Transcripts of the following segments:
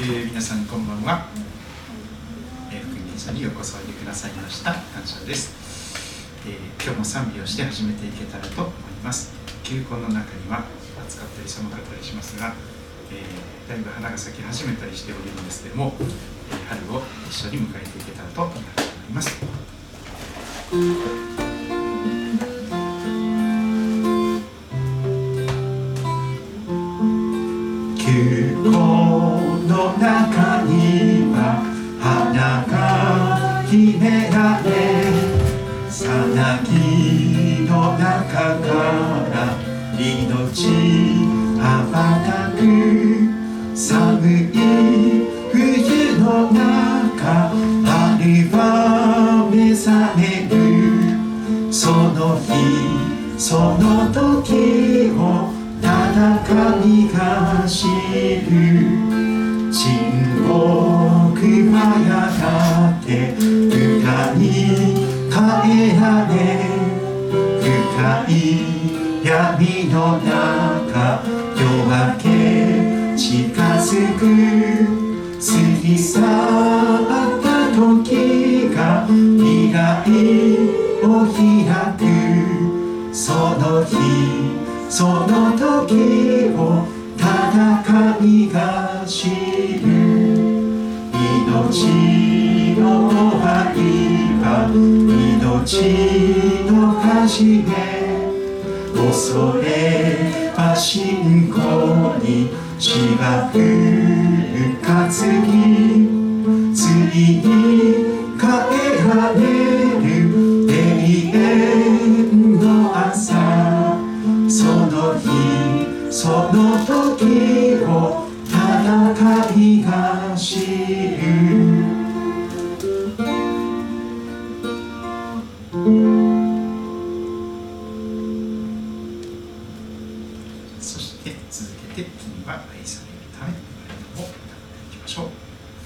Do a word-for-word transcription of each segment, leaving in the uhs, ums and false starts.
えー、皆さんこんばんは、えー、福音電車にようこそおいでくださいました。感謝です、えー、今日も賛美をして始めていけたらと思います。球根の中には暑かったり寒かったりしますが、えー、だいぶ花が咲き始めたりしておるんですけども、えー、春を一緒に迎えていけたらと思います。球根の中には花が秘められ、さなぎの中から命羽ばたく。寒い冬の中、春は目覚める。その日その時をただ神が知る。沈黙はやがて歌に変えられ、深い闇の中夜明け近づく。過ぎ去った時が未来を開く。その日その時をただ神が知る。命の終わりは命の始め。恐れは信仰にしばくかつぎ。ついに帰られる永遠の朝。その日その時をただ神が知る。そして続けて君は愛されるためというのを歌っていきましょう。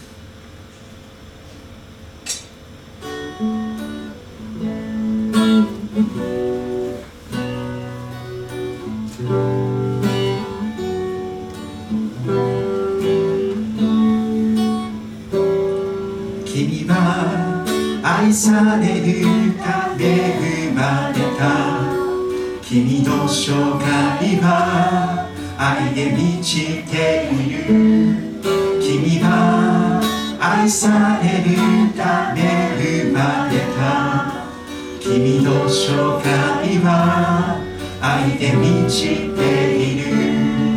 君は愛されるため生まれた。君の生涯は愛で満ちている。君は愛されるため生まれた。君の生涯は愛で満ちている。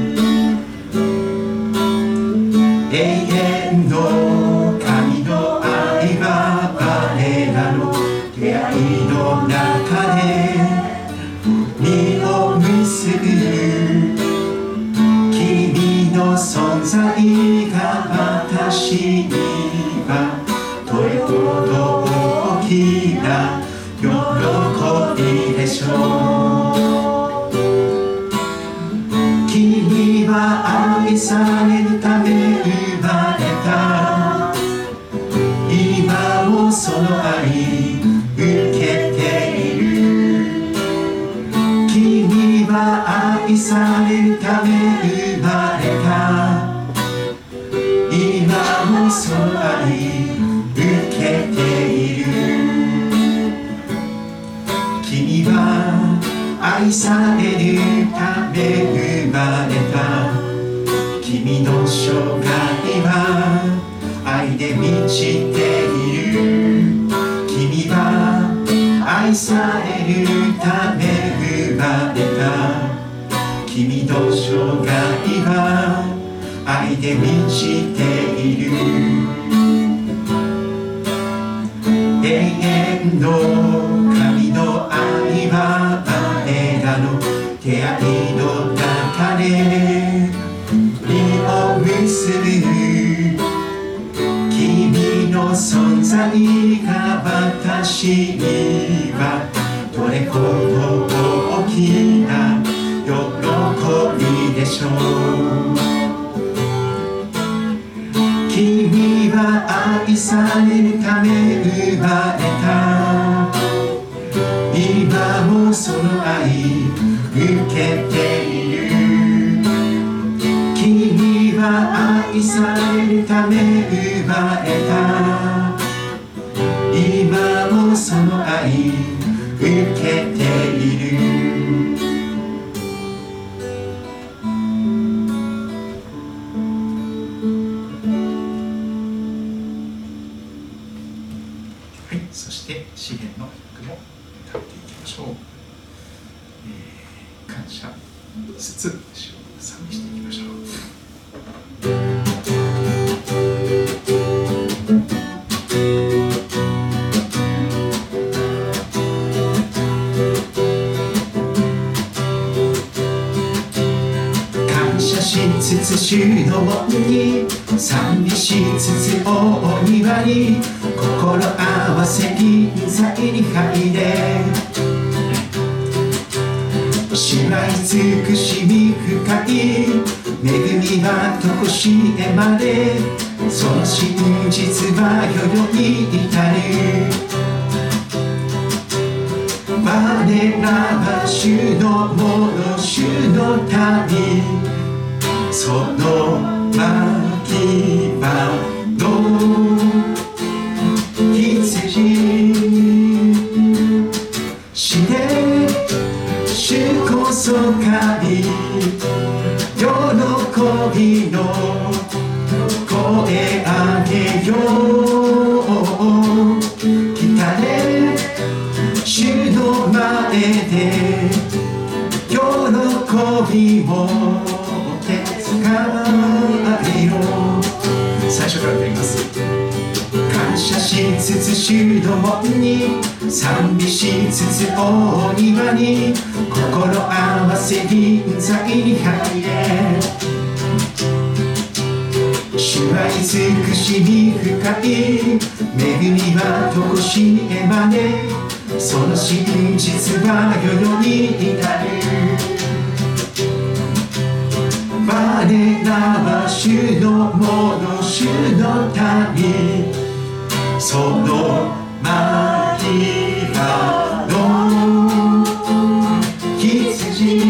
永遠の神の愛は我らの出会いの中で実を結ぶ。君の存在が私にはどれほど大きな喜びでしょう。君は愛されるため生まれた。今もその愛受けている。君は愛されるため生まれた。今もその愛受けている。君は愛されるため生まれた。君の生涯は愛で満ちている。君は愛されるため生まれた。君の生涯は愛で満ちている。永遠の神の愛は我らの出会いの中で実を結ぶ。君の存在が私にはどれほど大きな喜びでしょう。君は愛されるため生まれた。今もその愛受けている。君は愛されるため生まれた。今もその愛受けている。はい、そして詩篇の曲も歌っていきましょう。えー、感謝しつつ主を賛美していきましょう。しつつ主の門に賛美しつつ大庭に心合わせ銀座に入れ。主は慈しみ深い恵みはとこしえまで。その真実は世々に至る。我らは主のもの主の民。その牧場の羊。死で主こそ神。喜びの声上げよう。来たれ主の前で喜びを最初から歌います。感謝しつつ主の門に賛美しつつ大庭に心合わせ銀座に入れ。主は慈しみ深い恵みはとこしえまで。その真実は世々に至る。我らは主のもの主の民。その牧場の羊。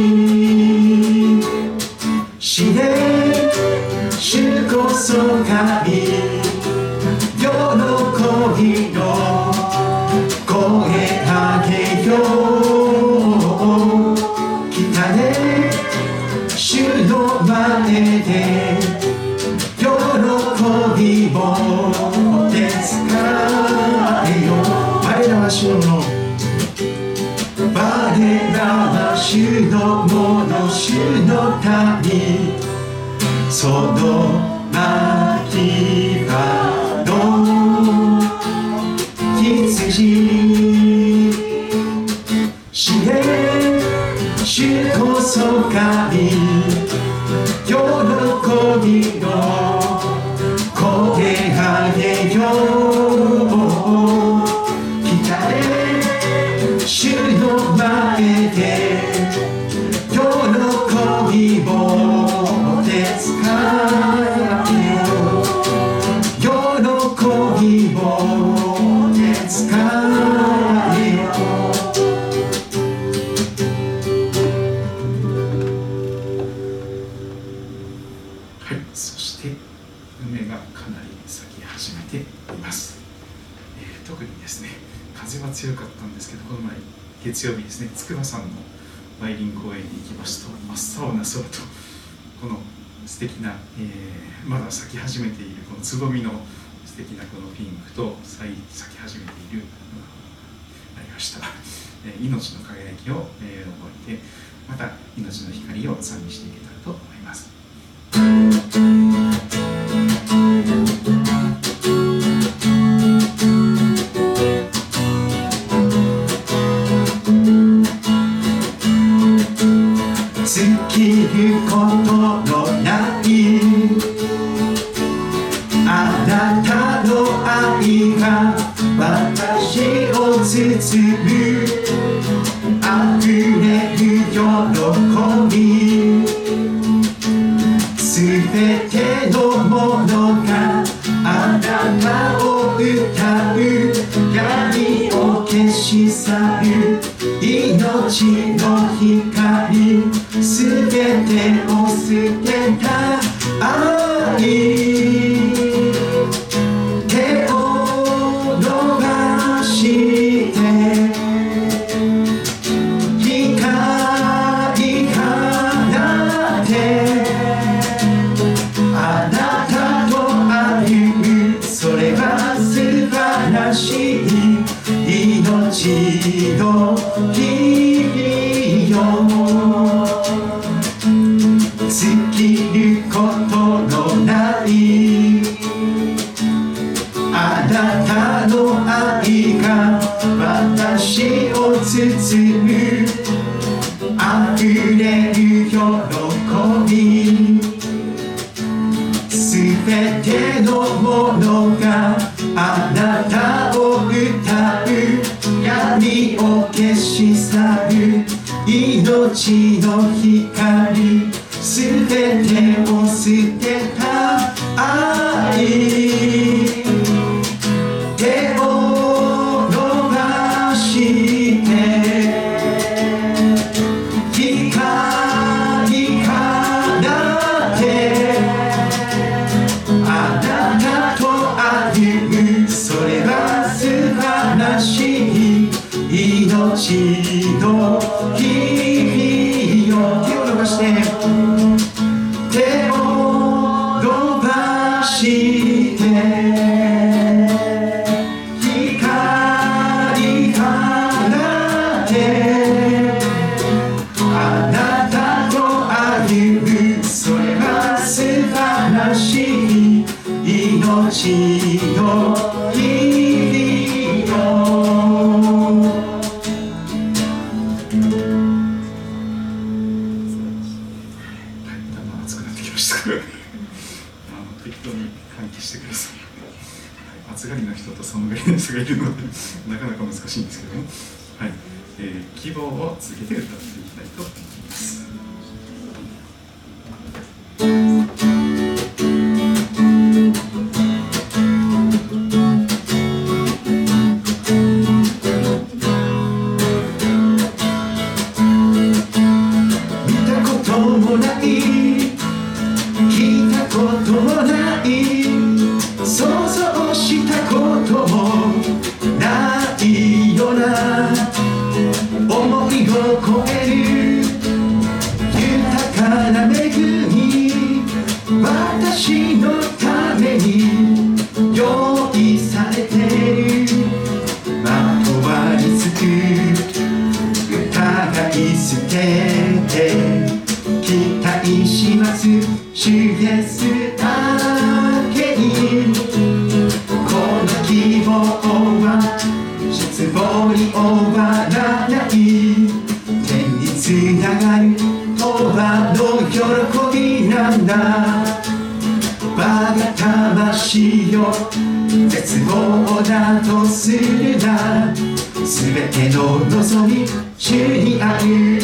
死で主こそ神。喜びの声上げよう。来たね主の前で喜びを手つかえよう。我らは主のもの。我らは主のもの主の民。その牧場の羊。死で主こそ神。喜びの声上げよう。来たれ主の前で喜びを手つかえよう。喜びを手つかえよう。そして梅がかなり咲き始めています。えー、特にですね風は強かったんですけど、この前月曜日ですね筑波山の梅林公園に行きますと真っ青な空とこの素敵な、えー、まだ咲き始めているこのつぼみの素敵なこのピンクと咲き始めている、うん、ありました、えー、命の輝きを、えー、覚えてまた命の光を賛美していけたらと思います。尽きることのないあなたの愛が私を包む。あふれる喜び。すべてのものがあなたを歌う。闇を消し去る命の光。すべてを捨てたべてのものがあなたを歌う。闇を消し去る命の光、すべてを捨てた愛。手を伸ばして光放ってあなたと歩む。それは素晴らしい命の日々よ。手を伸ばして手を伸ばして光放ってあなたと歩む。それは素晴らしい命の日々よ。だんだん熱くなってきましたあの適当に換気してください。暑がりの人と寒がりの人がいるのでなかなか難しいんですけども、はい、えー、希望を続けて歌っていきたいと思います。見たこともない聞いたこともない想像したこともないような思いを超える豊かな恵み、私のために用意されてる。まとわりつく疑い捨てて期待します主イエスだけに。この希望は失望に終わらない。天につながる永遠の喜びなんだ。我が魂よ絶望だとするな。すべての望み主にある。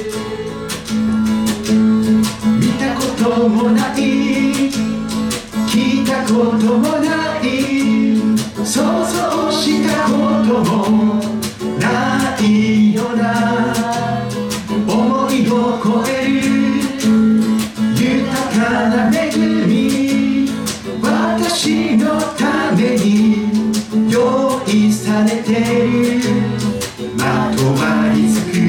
見たこともない聞いたこともない想像したこともないような思いを超える豊かな恵み、私のために用意されてる。まとわりつく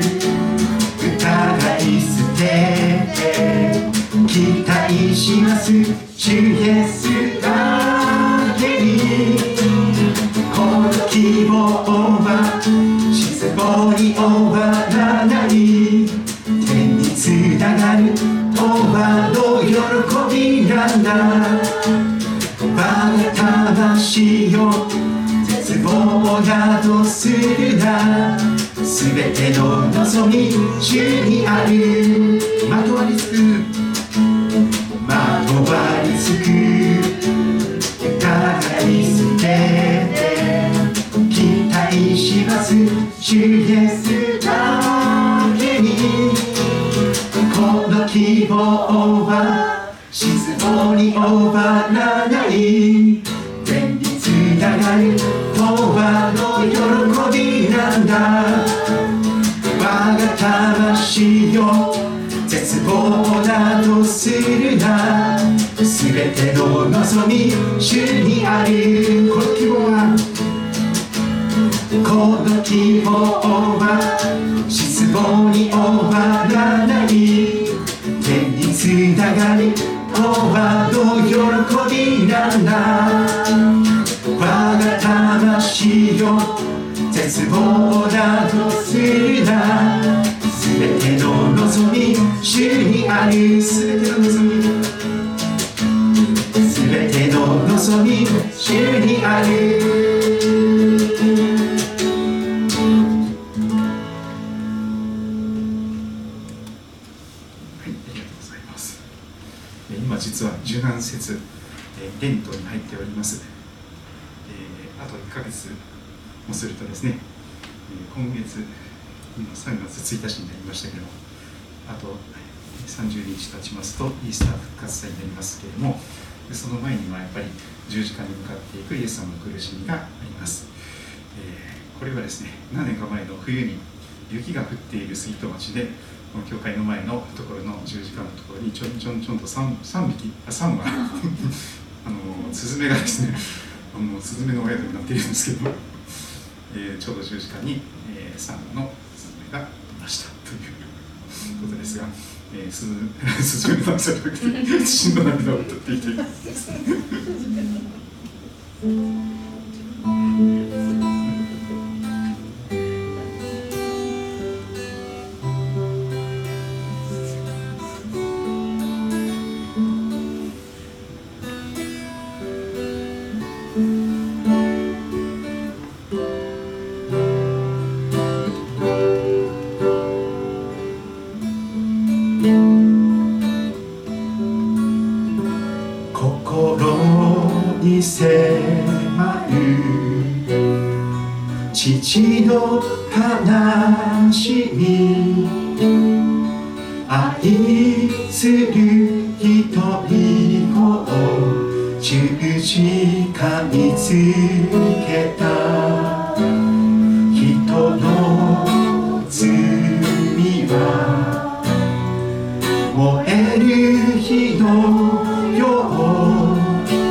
疑い捨て期待します主イエスだけに。この希望は失望に終わらない。天につながる永遠の喜びなんだ。我が魂よ絶望などするな。すべての望み主にある。まとわりつくまとわりつく疑い捨て期待します主イエスだけに。この希望は失望に終わらない。天につながる永遠の喜びなんだ。我が魂よ絶望などするな。すべての望み主にある。この希望はこの希望は失望に終わらない。天につながる永遠の喜びなんだ。我が魂よ絶望などするな。すべての望み主にある。すべての望みすべての望み主にある。今実はじ受難節、えー、レントに入っております。えー、あといっかげつもするとですね、えー、今月今さんがつついたちになりましたけども、あとさんじゅうにち経ちますとイースター復活祭になりますけれども、その前にはやっぱり十字架に向かっていくイエス様の苦しみがあります。えー、これはですね、何年か前の冬に雪が降っている杉戸町で、この教会の前のところの十字架のところにちょんちょんちょんと 3, 3匹あさん羽あのスズメがですね、あのスズメのお宿になっているんですけど、えー、ちょうど十字架に、えー、さん羽のスズメがいましたということですが、えー、スズスズメの涙じゃなくて父の涙を歌っていて父の悲しみ、愛する人々を十字架につけた。人の罪は燃える火のよう、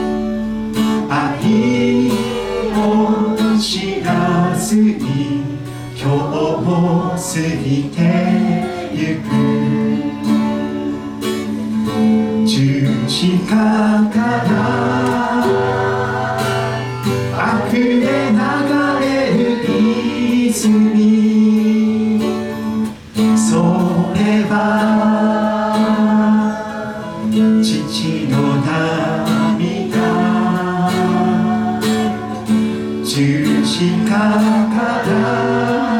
愛を知らずに今日も過ぎてゆく。十字架から溢れ流れる泉、それは父の涙。十字架から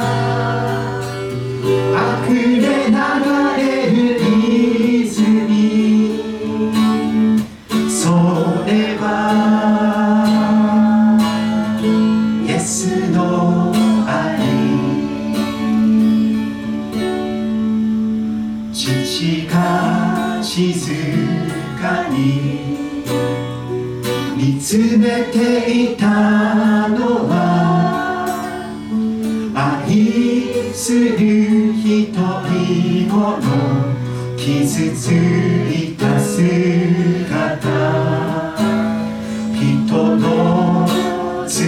溢れ流れる泉、それはイエスの愛。父が静かに見つめていたのは、愛する人々の傷ついた姿。人の罪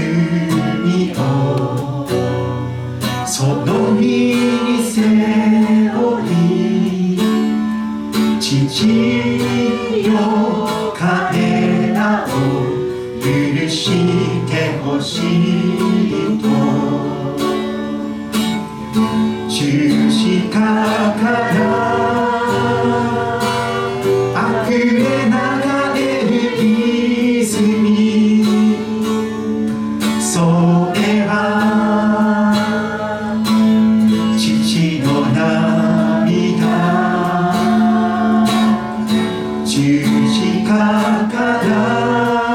をその身に背負い、父よ彼らを許してほしいと。十字架から溢れ流れる泉、それは父の涙。十字架から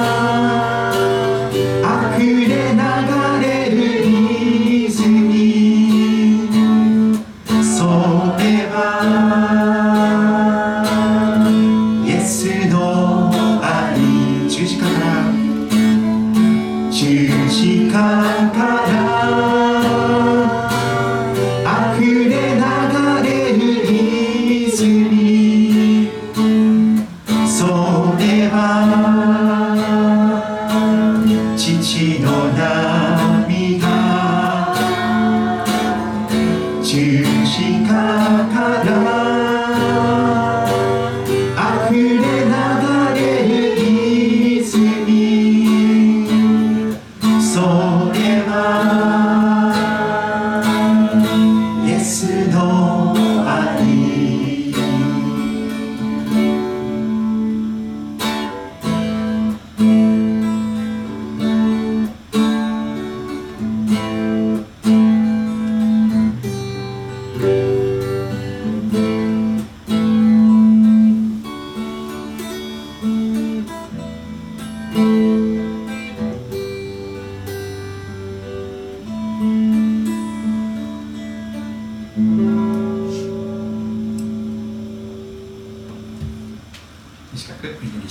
溢れ流れる泉、それはイエスの愛。十字架から十字架から溢れ流れる泉、それは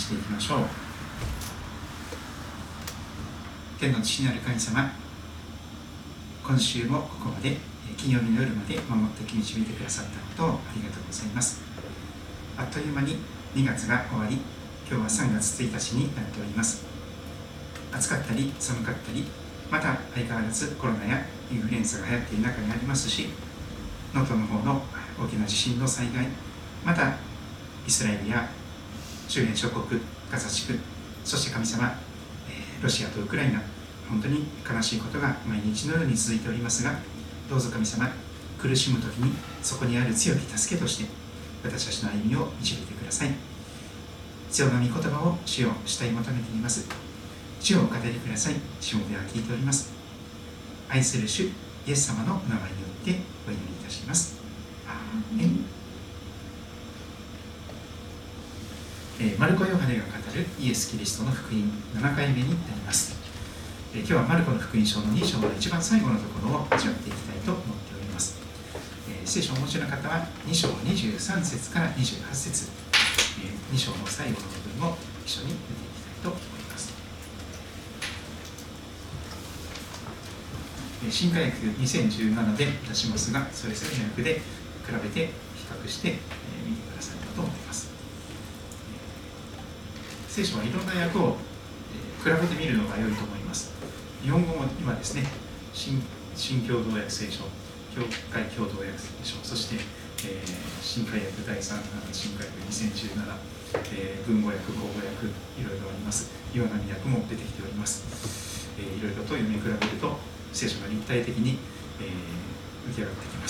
していきましょう。天の父なる神様、今週もここまで金曜日の夜まで守って導いてくださったことをありがとうございます。あっという間ににがつが終わり、今日はさんがつついたちになっております。暑かったり寒かったり、また相変わらずコロナやインフルエンザが流行っている中にありますし、能登の方の大きな地震の災害、またイスラエルや周辺諸国、ガザ地区、そして神様、ロシアとウクライナ、本当に悲しいことが毎日のように続いておりますが、どうぞ神様、苦しむときにそこにある強き助けとして私たちの歩みを導いてください。必要な御言葉を主を主体求めています。主をお語りください。主もでは聞いております。愛する主イエス様のお名前によってお祈りいたします。アーメン。えー、マルコ・ヨハネが語るイエス・キリストの福音ななかいめになります。えー、今日はマルコの福音書のに章の一番最後のところを味わっていきたいと思っております。えー、聖書をお持ちの方はに章にじゅうさん節からにじゅうはち節、えー、に章の最後の部分を一緒に見ていきたいと思います。えー、新化訳にせんじゅうななで出しますが、それぞれの訳で比べて比較して、えー、見てくださればと思います。聖書はいろんな訳を比べてみるのが良いと思います。日本語も今ですね、新, 新共同訳聖書、教会共同訳聖書、そして、えー、新海訳だいさん新海訳にせんじゅうなな、えー、文語訳、口語訳、いろいろあります。岩波訳も出てきております。えー、いろいろと読み比べると、聖書が立体的に、えー、浮き上がってきます。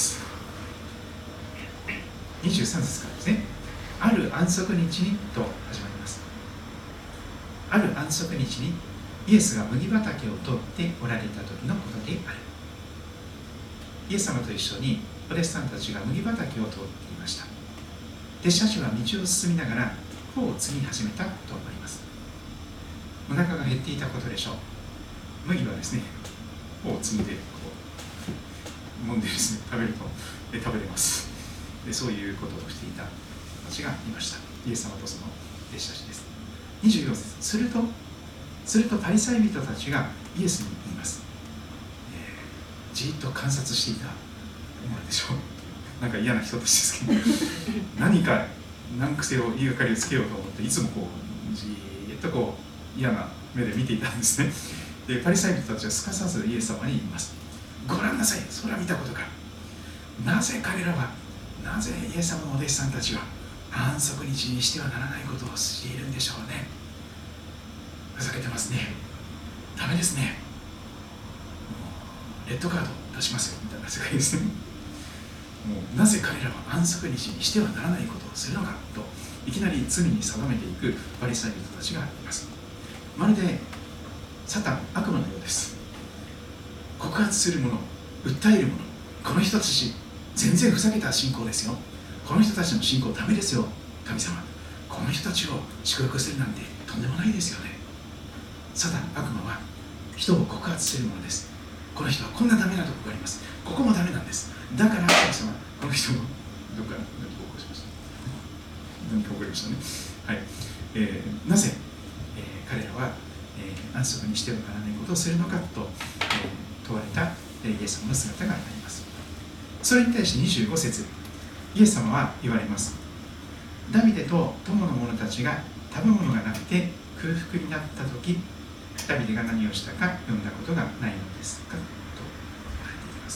にじゅうさん節からですね、ある安息日にと始まります。ある安息日にイエスが麦畑を通っておられた時のことである。イエス様と一緒にお弟子さんたちが麦畑を通っていました。弟子たちは道を進みながら穂を摘み始めたと思います。お腹が減っていたことでしょう。麦はですね、穂を摘んでこう揉んでですね、食べるとで食べれますで。そういうことをしていた人たちがいました。イエス様とその弟子たちです。にじゅうよん節、するとするとパリサイ人たちがイエスに言います。えー、じっと観察していたものでしょう。なんか嫌な人たちですけど何か難癖を言いがかりをつけようと思って、いつもこうじーっとこう嫌な目で見ていたんですね。でパリサイ人たちはすかさずイエス様に言います。ご覧なさい、それは見たことか。なぜ彼らは、なぜイエス様のお弟子さんたちは安息日にしてはならないことをしているんでしょうね。ふざけてますね。ダメですね。もうレッドカード出しますよみたいな世界ですね。もうなぜ彼らは安息日にしてはならないことをするのかと、いきなり罪に定めていくパリサイ人たちがいます。まるでサタン、悪魔のようです。告発する者、訴える者、この人たち全然ふざけた信仰ですよ。この人たちの信仰ダメですよ。神様、この人たちを祝福するなんてとんでもないですよね。サタン、悪魔は人を告発するものです。この人はこんなダメなところがあります。ここもダメなんです。だから神様、この人もどっか何か起こしました。何か起こりましたね。はい。えー、なぜ、えー、彼らは、えー、安息にしてはならないことをするのかと、えー、問われた、えー、イエス様の姿があります。それに対してにじゅうご節、イエス様は言われます。ダビデと友の者たちが食べ物がなくて空腹になった時、ダビデが何をしたか読んだことがないのですかと言われています。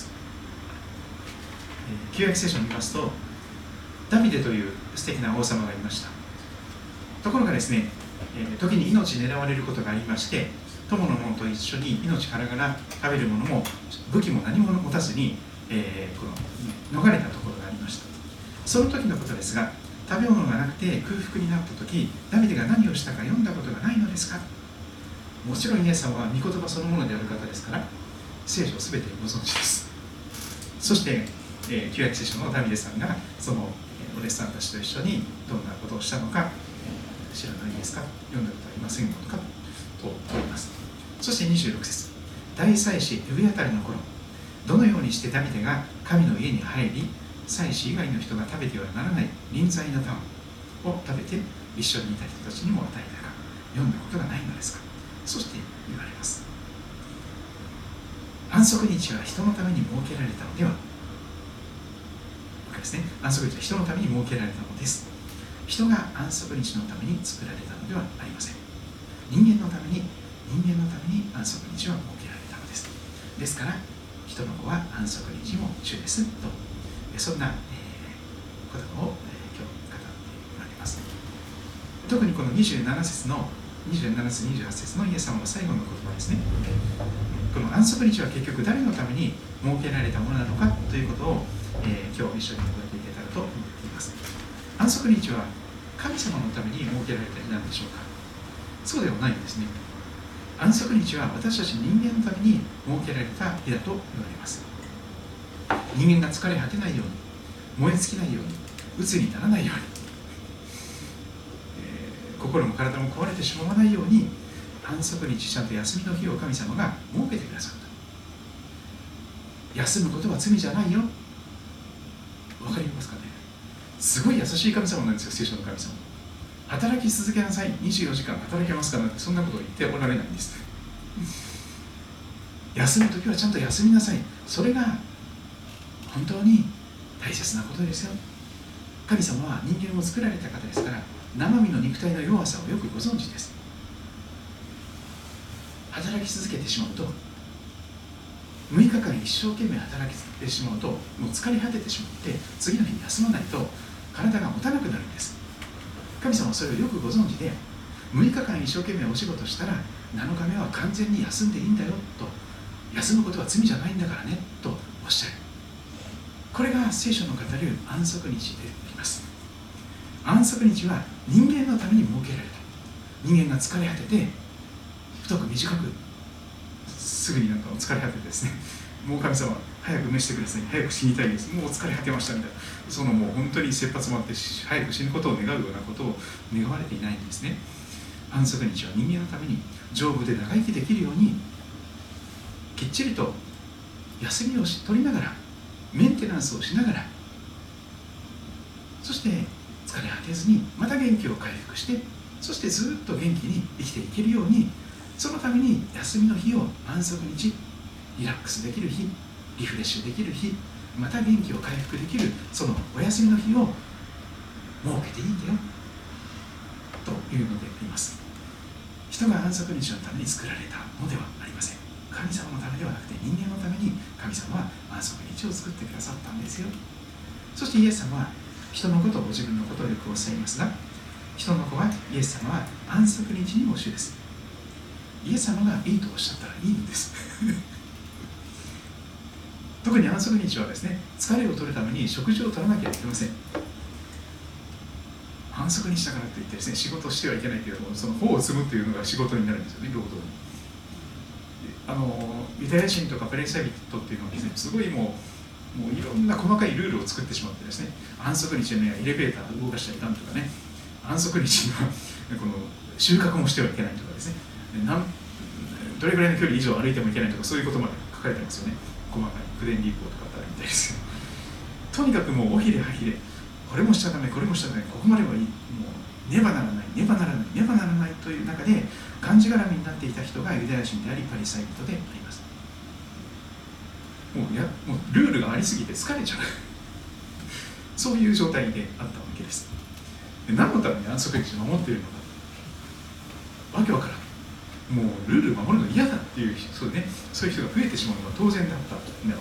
旧約聖書を見ますと、ダビデという素敵な王様がいました。ところがですね、時に命狙われることがありまして、友の者と一緒に命からがら食べるものも武器も何も持たずに、えー、この逃れたところがありました。その時のことですが、食べ物がなくて空腹になった時、ダビデが何をしたか読んだことがないのですか。もちろんイエス様は御言葉そのものである方ですから、聖書をすべてご存知です。そして、えー、旧約聖書のダビデさんがそのお弟子さんたちと一緒にどんなことをしたのか、えー、知らないですか、読んだことありませんかと問います。そしてにじゅうろく節、大祭司エブヤタリの頃、どのようにしてダビデが神の家に入り、祭司以外の人が食べてはならない臨在のパンを食べて一緒にいた人たちにも与えたか。 読んだことがないのですか。そして言われます。安息日は人のために設けられたのでは、わかりますね。安息日は人のために設けられたのです。人が安息日のために作られたのではありません。人間のために人間のために安息日は設けられたのです。ですから人の子は安息日も主ですと、そんな、えー、ことを、えー、今日語っておられます。特にこのにじゅうなな節のにじゅうなな節にじゅうはち節のイエス様の最後の言葉ですね。この安息日は結局誰のために設けられたものなのかということを、えー、今日一緒に覚えていけたらと思っています。安息日は神様のために設けられた日なんでしょうか。そうではないんですね。安息日は私たち人間のために設けられた日だと言われます。人間が疲れ果てないように、燃え尽きないように、鬱にならないように、えー、心も体も壊れてしまわないように、安息日ちゃんと休みの日を神様が設けてくださった。休むことは罪じゃないよ。わかりますかね。すごい優しい神様なんですよ、聖書の神様。働き続けなさい、にじゅうよじかん働けますかなんて、そんなことを言っておられないんです休むときはちゃんと休みなさい。それが本当に大切なことですよ。神様は人間を作られた方ですから、生身の肉体の弱さをよくご存知です。働き続けてしまうと、むいかかん一生懸命働きてしまうと、もう疲れ果ててしまって、次の日に休まないと体が持たなくなるんです。神様はそれをよくご存知で、むいかかん一生懸命お仕事したらなのかめは完全に休んでいいんだよと、休むことは罪じゃないんだからねとおっしゃる。これが聖書の語る安息日であります。安息日は人間のために設けられた。人間が疲れ果てて、太く短く、すぐになんか疲れ果ててですね、もう神様早く召してください、早く死にたいです、もう疲れ果てましたみたいな、そのもう本当に切羽詰まって早く死ぬことを願うようなことを願われていないんですね。安息日は人間のために丈夫で長生きできるように、きっちりと休みを取りながら、メンテナンスをしながら、そして疲れ果てずにまた元気を回復して、そしてずっと元気に生きていけるように、そのために休みの日を安息日、リラックスできる日、リフレッシュできる日、また元気を回復できるそのお休みの日を設けていいんだよというのであります。人が安息日のために作られたのではありません。神様のためではなくて、人間のために神様は安息日を作ってくださったんですよ。そしてイエス様は人のことをご自分のことをよくおっしゃいますが、人の子は、イエス様は安息日にも主です。イエス様がいいとおっしゃったらいいんです特に安息日はですね、疲れを取るために食事を取らなきゃいけません。安息日だからといってですね、仕事をしてはいけないけれども、その法を積むというのが仕事になるんですよね、労働に。あのユダヤ人とかパレスチナ人っていうのはですね、すごいもう、もういろんな細かいルールを作ってしまってですね、安息日にはエレベーターを動かしちゃいかんとかね、安息日にはこの収穫もしてはいけないとかですね、なんどれぐらいの距離以上歩いてもいけないとか、そういうことまで書かれてますよね。細かい口伝立法とかあったらみたいですけど、とにかくもうおひれはひれ、これもしちゃダメ、これもしちゃダメ、ここまではいい、もうねばならない、ねばならない、ねばならないという中で、がんじがらみになっていた人がユダヤ人であり、パリサイ人であります。もうやもうルールがありすぎて疲れちゃうそういう状態であったわけです。で、何のために安息日を守っているのか、わけわからん。もうルール守るの嫌だっていうそう、ね、そういう人が増えてしまうのは当然だったわけです。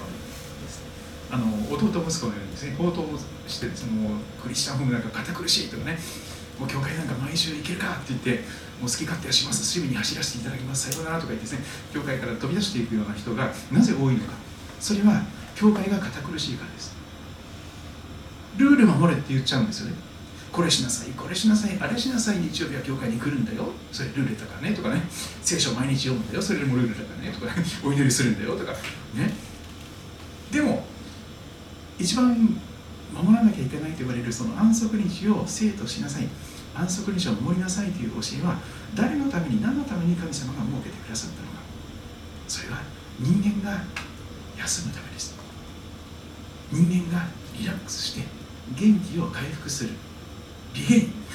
あの弟息子のようにですね、放蕩をしてですね、もうクリスチャンホームなんか堅苦しいとかね、もう教会なんか毎週行けるかって言って、もう好き勝手はします、趣味に走らせていただきます、さようならとか言ってですね、教会から飛び出していくような人がなぜ多いのか、それは教会が堅苦しいからです。ルール守れって言っちゃうんですよね。これしなさい、これしなさい、あれしなさい、日曜日は教会に来るんだよ、それルールだからねとかね、聖書を毎日読むんだよ、それもルールだからねとか、ね、お祈りするんだよとかね。でも一番守らなきゃいけないと言われるその安息日を生としなさい、安息日を守りなさいという教えは、誰のために何のために神様が設けてくださったのか。それは人間が休むためです。人間がリラックスして元気を回復するリゲイン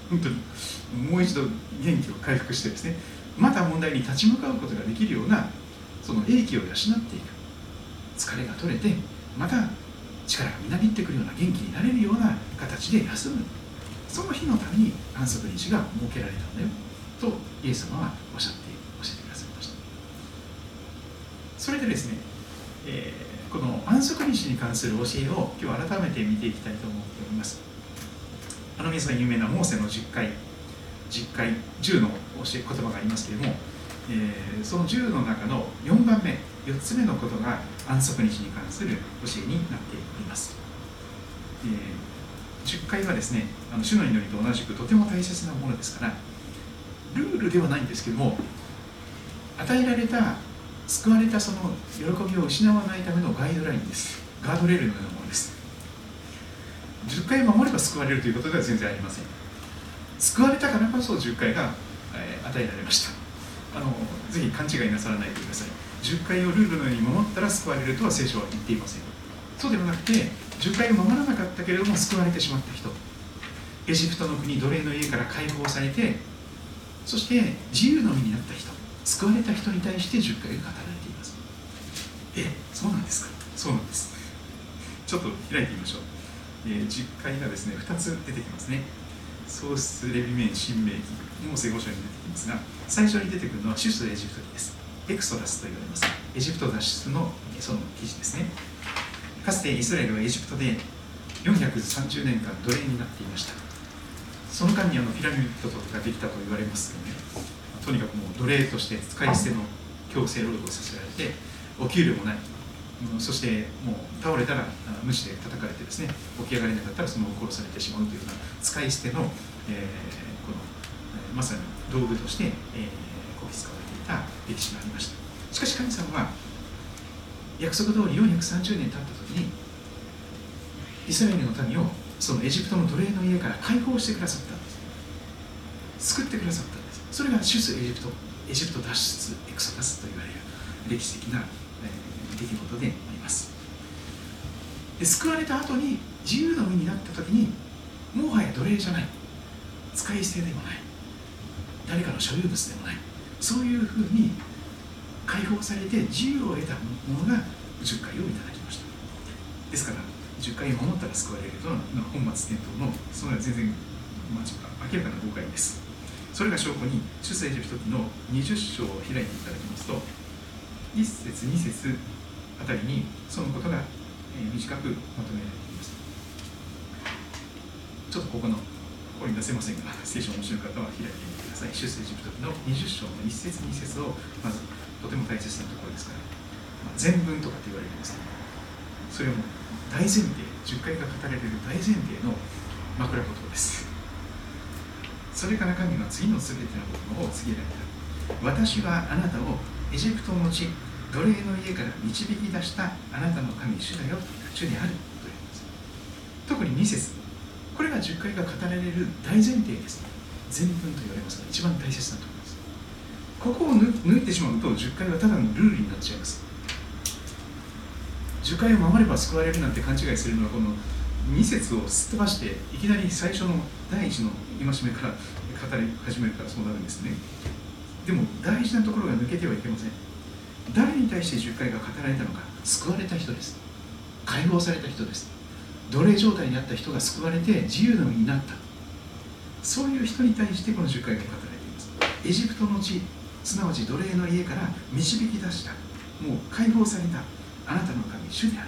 本当にもう一度元気を回復してですね、また問題に立ち向かうことができるようなその英気を養っていく、疲れが取れてまた力がみなぎってくるような元気になれるような形で休む、その日のために安息日が設けられたんだよとイエス様はおっしゃって教えてくださいました。それでですね、えー、この安息日に関する教えを今日改めて見ていきたいと思っております。あの皆さん有名なモーセのじゅっかいじゅっかいじゅうの教え言葉がありますけれども、えー、そのじゅうの中のよんばんめよっつめのことが安息日に関する教えになっております。えー、じゅっかいはですね、あの主の祈りと同じくとても大切なものですから、ルールではないんですけども、与えられた救われたその喜びを失わないためのガイドラインです。ガードレールのようなものです。じゅっかい守れば救われるということでは全然ありません。救われたからこそじゅっかいが、えー、与えられました。あのぜひ勘違いなさらないでください。じゅっかいをルールのように守ったら救われるとは聖書は言っていません。そうではなくて、じゅっかいを守らなかったけれども救われてしまった人、エジプトの国奴隷の家から解放されて、そして自由の身になった人、救われた人に対してじゅっかいが語られています。え、そうなんですか？そうなんです。ちょっと開いてみましょう。えー、じゅっかいがですね、ふたつ出てきますね。創出、レビメン、新明記、モーセご章に出てきますが、最初に出てくるのは出エジプト記です。エクソダスと言われます。エジプト脱出のその記事ですね。かつてイスラエルはエジプトでよんひゃくさんじゅうねんかん奴隷になっていました。その間にあのピラミッドとかができたと言われますよね。とにかくもう奴隷として使い捨ての強制労働させられて、お給料もない、うん、そしてもう倒れたら無知で叩かれてですね、起き上がれなかったらその後殺されてしまうというような使い捨ての、えー、この、えー、まさに道具として、えー、こき使われていた歴史がありました。しかし神様は約束通りよんひゃくさんじゅうねん経った時にイスラエルの民をそのエジプトの奴隷の家から解放してくださったんです。救ってくださったんです。それが出エジプト、エジプト脱出エクソダスと言われる歴史的な、えー、出来事であります。で、救われた後に自由の身になった時に、もはや奴隷じゃない、使い捨てでもない、誰かの所有物でもない、そういうふうに解放されて自由を得たものがじゅっかいをいただきました。ですからじゅっかいを守ったら救われるというのは本末転倒の、それは全然、まあ、明らかな誤解です。それが証拠に出エジプト記のにじゅっ章を開いていただきますと、いっ節に節あたりにそのことが短くまとめられています。ちょっとここのここに出せませんが、聖書をお持ちの方は開いてみてください。出エジプト記のにじゅっ章のいっ節に節をまずとても大切なところですから、まあ、全文とかって言われるんですけど、それはもう大前提、じゅっかいが語られる大前提の枕言葉です。それから神は次のすべてのことを告げられた。私はあなたをエジプトの地、奴隷の家から導き出したあなたの神主だよ、主であると言います。特にに節、これがじゅっかいが語られる大前提です。全文と言われますが、一番大切なところです。ここを抜いてしまうとじゅっかいはただのルールになっちゃいます。じゅっかいを守れば救われるなんて勘違いするのは、このに節をすっ飛ばしていきなり最初の第一の戒めから語り始めるからそうなるんですね。でも大事なところが抜けてはいけません。誰に対してじゅっかいが語られたのか、救われた人です。解放された人です。奴隷状態にあった人が救われて自由の身になった、そういう人に対してこのじゅっかいが語られています。エジプトの地、すなわち奴隷の家から導き出した、もう解放されたあなたの神主である。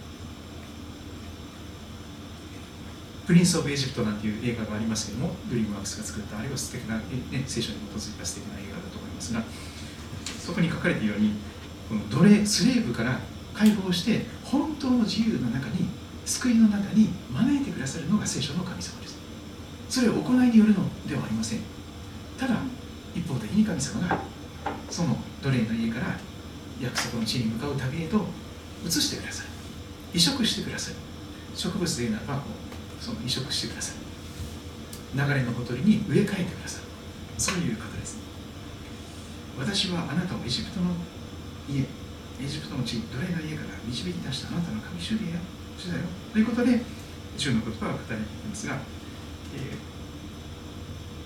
プリンス・オブ・エジプトなんていう映画がありますけども、ドリームワークスが作った、あれは素敵な、ね、聖書に基づいた素敵な映画だと思いますが、そこに書かれているように、この奴隷、スレーブから解放して本当の自由の中に、救いの中に招いてくださるのが聖書の神様です。それは行いによるのではありません。ただ一方的に神様がその奴隷の家から約束の地に向かう旅へと移してくださる、移植してくださる。植物で言うならばその移植してくださる、流れのほとりに植え替えてくださる、そういう方です。私はあなたをエジプトの家、エジプトの地、奴隷の家から導き出したあなたの神主でや主だよということで、主の言葉が語られていますが、えー、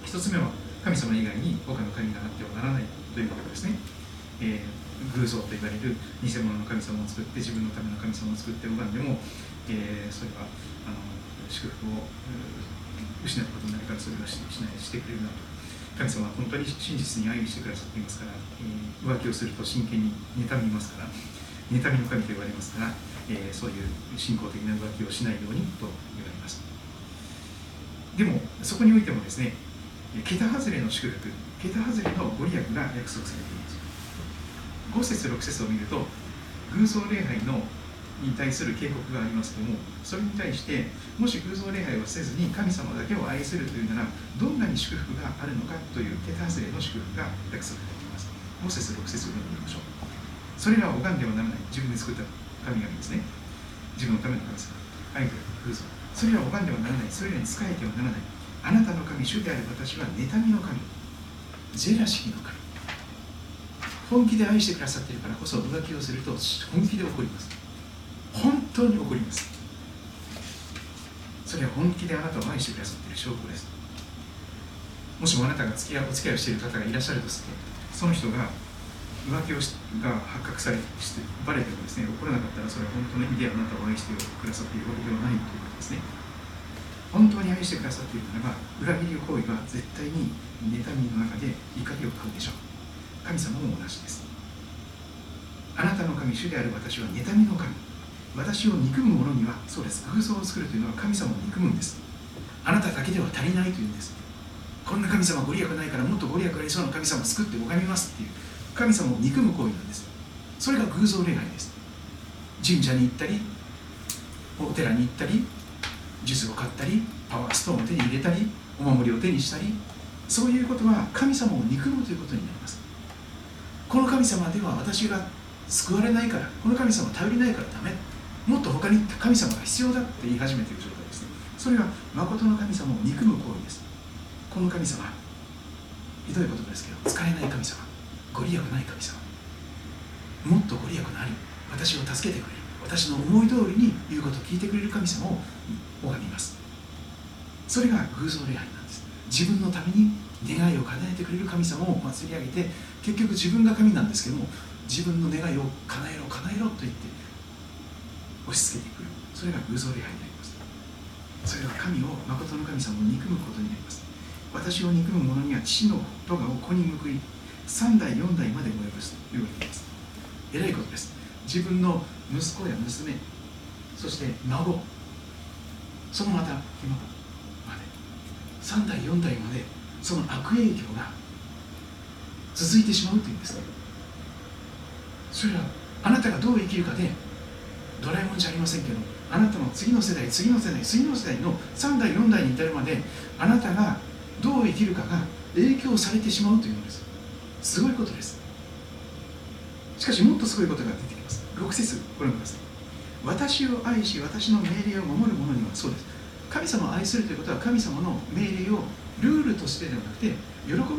一つ目は神様以外に他の神があってはならないということですね。えー、偶像と言われる偽物の神様を作って自分のための神様を作って拝んでも、えー、それはあの祝福を失うことになるからそれはしないしてくれるなと。神様は本当に真実に愛してくださっていますから、えー、浮気をすると真剣に妬みますから、妬みの神と言われますから、えー、そういう信仰的な浮気をしないようにと言われます。でもそこにおいてもですね、桁外れの祝福、桁外れのご利益が約束されています。ご節ろく節を見ると、偶像礼拝のに対する警告がありますけども、それに対してもし偶像礼拝をせずに神様だけを愛するというなら、どんなに祝福があるのかという桁外れの祝福が約束されています。ご節ろく節を読んでみましょう。それらを拝んではならない、自分で作った神々ですね、自分のための神様、アイドル、偶像、それらを拝んではならない、それらに仕えてはならない、あなたの神、主である私は妬みの神、ジェラシーの神、本気で愛してくださっているからこそ浮気をすると本気で怒ります。本当に怒ります。それは本気であなたを愛してくださっている証拠です。もしもあなたが付き合いお付き合いをしている方がいらっしゃるとすると、その人が浮気をしが発覚されしてバレてもですね、怒らなかったらそれは本当の意味であなたを愛してくださっているわけではないということですね。本当に愛してくださっているならば、裏切り行為は絶対に妬みの中で怒りを買うでしょう。神様も同じです。あなたの神、主である私は妬みの神。私を憎む者には、そうです、偶像を作るというのは神様を憎むんです。あなただけでは足りないというんです。こんな神様ご利益ないからもっとご利益ありそうな神様を作って拝みますっていう神様を憎む行為なんです。それが偶像礼拝です。神社に行ったり、お寺に行ったり、術を買ったり、パワーストーンを手に入れたり、お守りを手にしたり、そういうことは神様を憎むということになります。この神様では私が救われないから、この神様頼りないからダメ、もっと他に神様が必要だって言い始めている状態ですね。それは誠の神様を憎む行為です。この神様、ひどい言葉ですけど、使えない神様、ご利益ない神様、もっとご利益のあり、私を助けてくれる、私の思い通りに言うことを聞いてくれる神様を拝みます。それが偶像礼拝なんです。自分のために願いを叶えてくれる神様を祭り上げて、結局自分が神なんですけども、自分の願いを叶えろ叶えろと言って押し付けてくる。それが偶像礼拝になります。それは神を、誠の神様を憎むことになります。私を憎む者には父の咎を子に報い、三代四代まで及ぶと言われています。えらいことです。自分の息子や娘、そして孫、そのまた今まで三代四代までその悪影響が続いてしまうというんですね。それはあなたがどう生きるかで、ドラえもんじゃありませんけど、あなたの次の世代、次の世代、次の世代の三代四代に至るまで、あなたがどう生きるかが影響されてしまうというのです。すごいことです。しかしもっとすごいことが出てきます。ろく節ご覧ください。私を愛し私の命令を守る者には、そうです、神様を愛するということは神様の命令をルールとしてではなくて、喜びの教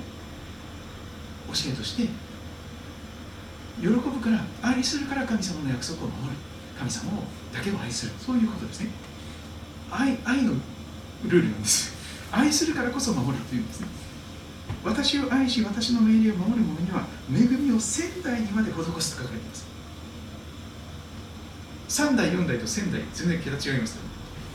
えとして喜ぶから、愛するから神様の約束を守る、神様をだけを愛する、そういうことですね。 愛, 愛のルールなんです。愛するからこそ守るというんですね。私を愛し私の命令を守る者には恵みを千代にまで施すと書かれています。三代四代と千代、全然桁違いますよ。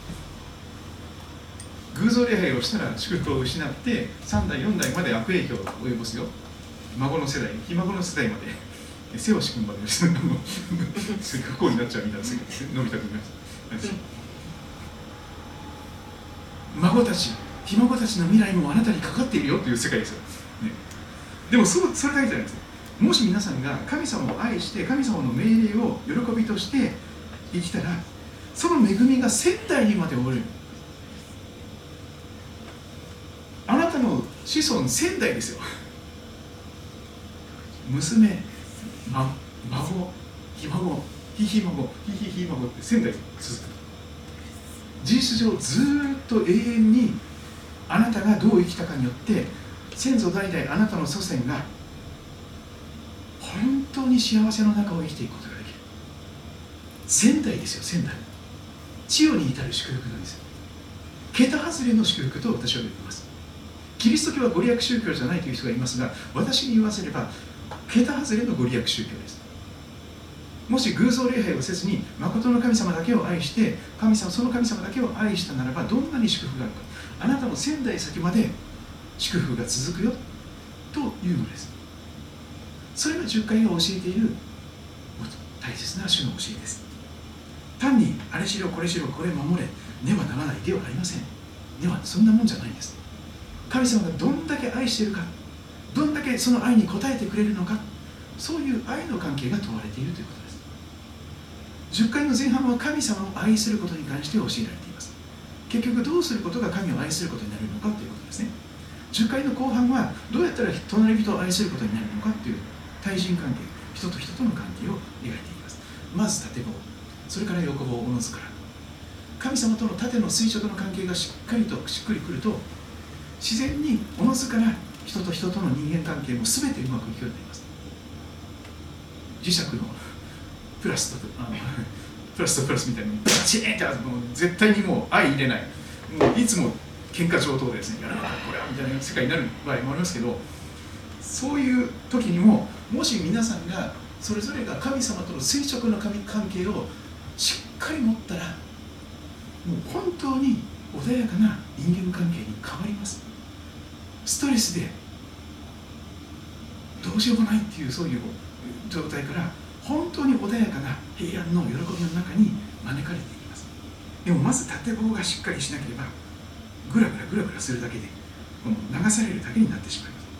偶像礼拝をしたら祝福を失って、三代四代まで悪影響を及ぼすよ。孫の世代、ひ孫の世代まで、背をしくんまでですね、不幸になっちゃうみたいな、伸びたくなります。孫たち、ひ孫たちの未来もあなたにかかっているよという世界ですよ。ね、でもそ、それだけじゃないです。もし皆さんが神様を愛して、神様の命令を喜びとして生きたら、その恵みが千代にまで及ぶ。あなたの子孫千代ですよ。娘、ま、孫、ひ孫、ひひ孫、ひひひ孫って千代続く。事実上ずーっと永遠にあなたがどう生きたかによって、先祖代々あなたの祖先が本当に幸せの中を生きていくことができる。千代ですよ、千代。千代に至る祝福なんですよ。桁外れの祝福と私は呼びます。 キリスト教はご利益宗教じゃないという人がいますが、私に言わせれば桁外れのご利益宗教です。もし偶像礼拝をせずに誠の神様だけを愛して、神様その神様だけを愛したならば、どんなに祝福があるか、あなたの千代先まで祝福が続くよというのです。それが十戒が教えている大切な主の教えです。単にあれしろこれしろこれ守れねばならないではありません。ではそんなもんじゃないんです。神様がどんだけ愛しているか、どんだけその愛に応えてくれるのか、そういう愛の関係が問われているということです。じゅっかいの前半は神様を愛することに関して教えられています。結局どうすることが神を愛することになるのかということですね。じゅっかいの後半はどうやったら隣人を愛することになるのかという対人関係、人と人との関係を描いています。まず縦棒、それから横棒、おのずから神様との縦の垂直の関係がしっかりとしっくりくると、自然におのずから人と人との人間関係も全てうまくいくようになります。磁石のプラスとあのプラスとプラスみたいにバチーンってもう絶対にもう相入れない、もういつも喧嘩上等でですね、やらなかこれはみたいな世界になる場合もありますけど、そういう時にももし皆さんがそれぞれが神様との垂直の関係をしっかり持ったら、もう本当に穏やかな人間関係に変わります。ストレスでどうしようもないっていうそういう状態から本当に穏やかな平安の喜びの中に招かれていきます。でもまず縦棒がしっかりしなければ、ぐらぐらぐらぐらするだけでこの流されるだけになってしまいます。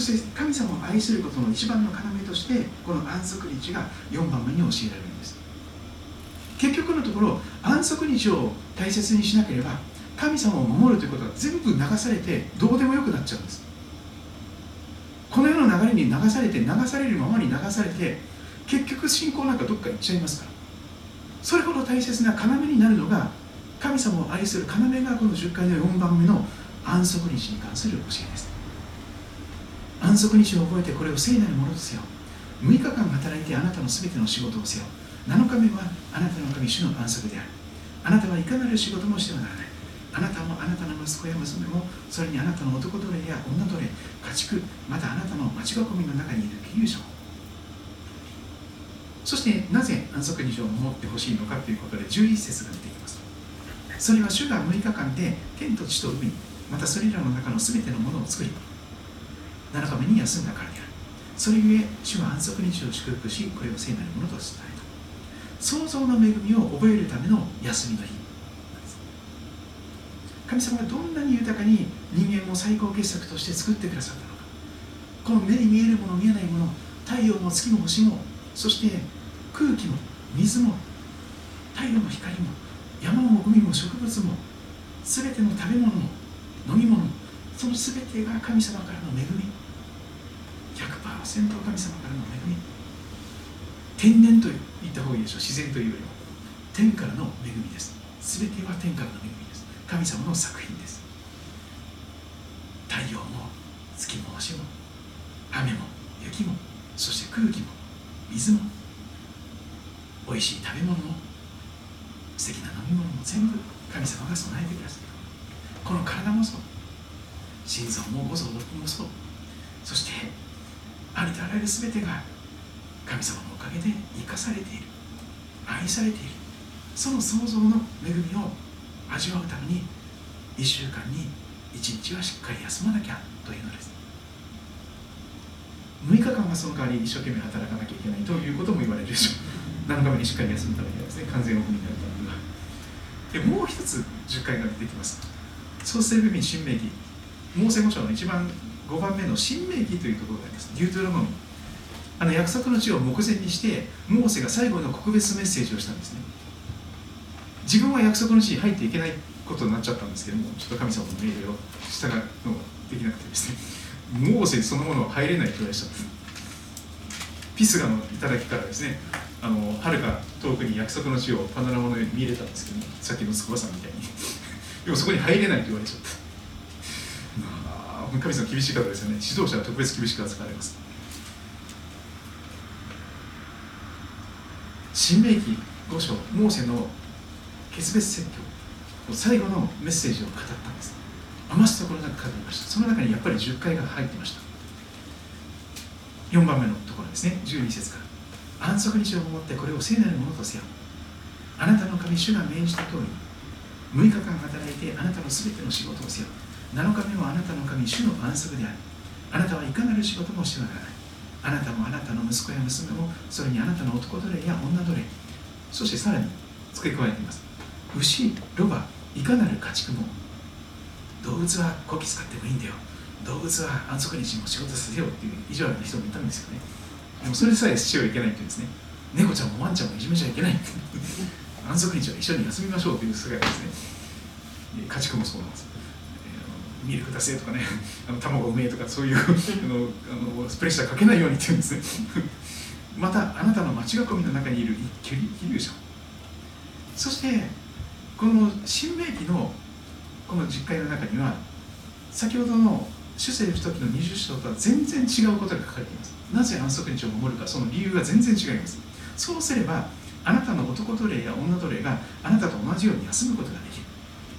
そして神様を愛することの一番の要として、この安息日がよんばんめに教えられるんです。結局のところ、安息日を大切にしなければ神様を守るということは全部流されてどうでもよくなっちゃうんです。この世の流れに流されて流されるままに流されて、結局信仰なんかどっか行っちゃいますから。それほど大切な要になるのが、神様を愛する要がこのじゅっかいのよんばんめの安息日に関する教えです。安息日を覚えてこれを聖なるものとせよ。むいかかん働いてあなたのすべての仕事をせよ。なのかめはあなたの神主の安息である。あなたはいかなる仕事もしてはならない。あなたもあなたの息子や娘も、それにあなたの男奴隷や女奴隷、家畜、またあなたの町囲みの中にいる義勇者も。そしてなぜ安息日を守ってほしいのかということでじゅういち節が出てきます。それは主がむいかかんで天と地と海、またそれらの中のすべてのものを作り、ななかめに休んだからである。それゆえ主は安息日を祝福し、これを聖なるものと伝えた。創造の恵みを覚えるための休みの日。神様がどんなに豊かに人間を最高傑作として作ってくださったのか。この目に見えるもの見えないもの、太陽も月も星も、そして空気も水も太陽の光も山も海も植物も、すべての食べ物も飲み物も、そのすべてが神様からの恵み。 ひゃくパーセント 神様からの恵み。天然と言った方がいいでしょう。自然というよりも天からの恵みです。すべては天からの恵みです。神様の作品です。太陽も月も星も雨も雪も、そして空気も水も、おいしい食べ物も素敵な飲み物も全部神様が備えてくださる。この体もそう、心臓も五臓六腑もそう、そしてありとあらゆる全てが神様のおかげで生かされている、愛されている。その創造の恵みを味わうためにいっしゅうかんにいちにちはしっかり休まなきゃというのです。むいかかんはその代わり一生懸命働かなきゃいけないということも言われるでしょう。なのかめにしっかり休むためにはですね、完全オフになるためには。でもう一つじゅっかいが出てきます。創世記新明記、モーセ五章の一番ごばんめの新明記というところがあります。デュートロノミ、あの約束の地を目前にしてモーセが最後の告別メッセージをしたんですね。自分は約束の地に入っていけないことになっちゃったんですけども、ちょっと神様の命令を従うのができなくてですね、モーセそのものは入れないと言われちゃった。ピスガの頂からですね、あの遥か遠くに約束の地をパノラマのように見れたんですけども、さっきの筑波山みたいにでもそこに入れないと言われちゃった。まあ、神様厳しい方ですよね。指導者は特別厳しく扱われます。新明記ご章、モーセの決別説教、最後のメッセージを語ったんです。 余すところなく語りました。その中にやっぱりじゅっかいが入っていました。よんばんめのところですね、じゅうに節から。安息日を守ってこれを聖なるものとせよ。あなたの神主が命じた通りにむいかかん働いてあなたのすべての仕事をせよ。なのかめはあなたの神主の安息である。あなたはいかなる仕事もしてはならない。あなたもあなたの息子や娘も、それにあなたの男奴隷や女奴隷、そしてさらに付け加えています。牛、ロバ、いかなる家畜も。動物はこき使ってもいいんだよ。動物は安息日にも仕事させようっていう意地悪な人もいたんですよね。でもそれさえしてはいけないっていうんですね。猫ちゃんもワンちゃんもいじめちゃいけない安息日は一緒に休みましょうという世界ですね。家畜もそうなんです。えー、ミルク出せとかね、あの卵うめえとか、そういうあのあのプレッシャーかけないようにっていうんですね。またあなたの町囲みの中にいる一級勇者、そしてこの新明記のこの実会の中には、先ほどの主聖不時のにじゅう章とは全然違うことが書かれています。なぜ安息日を守るか、その理由が全然違います。そうすればあなたの男奴隷や女奴隷があなたと同じように休むことができる。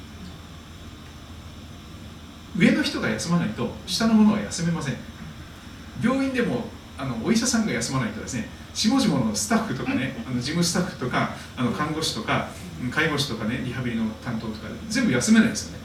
上の人が休まないと下の者は休めません。病院でもあのお医者さんが休まないとですね、下々のスタッフとかね、あの事務スタッフとかあの看護師とか介護士とかね、リハビリの担当とか全部休めないですよね。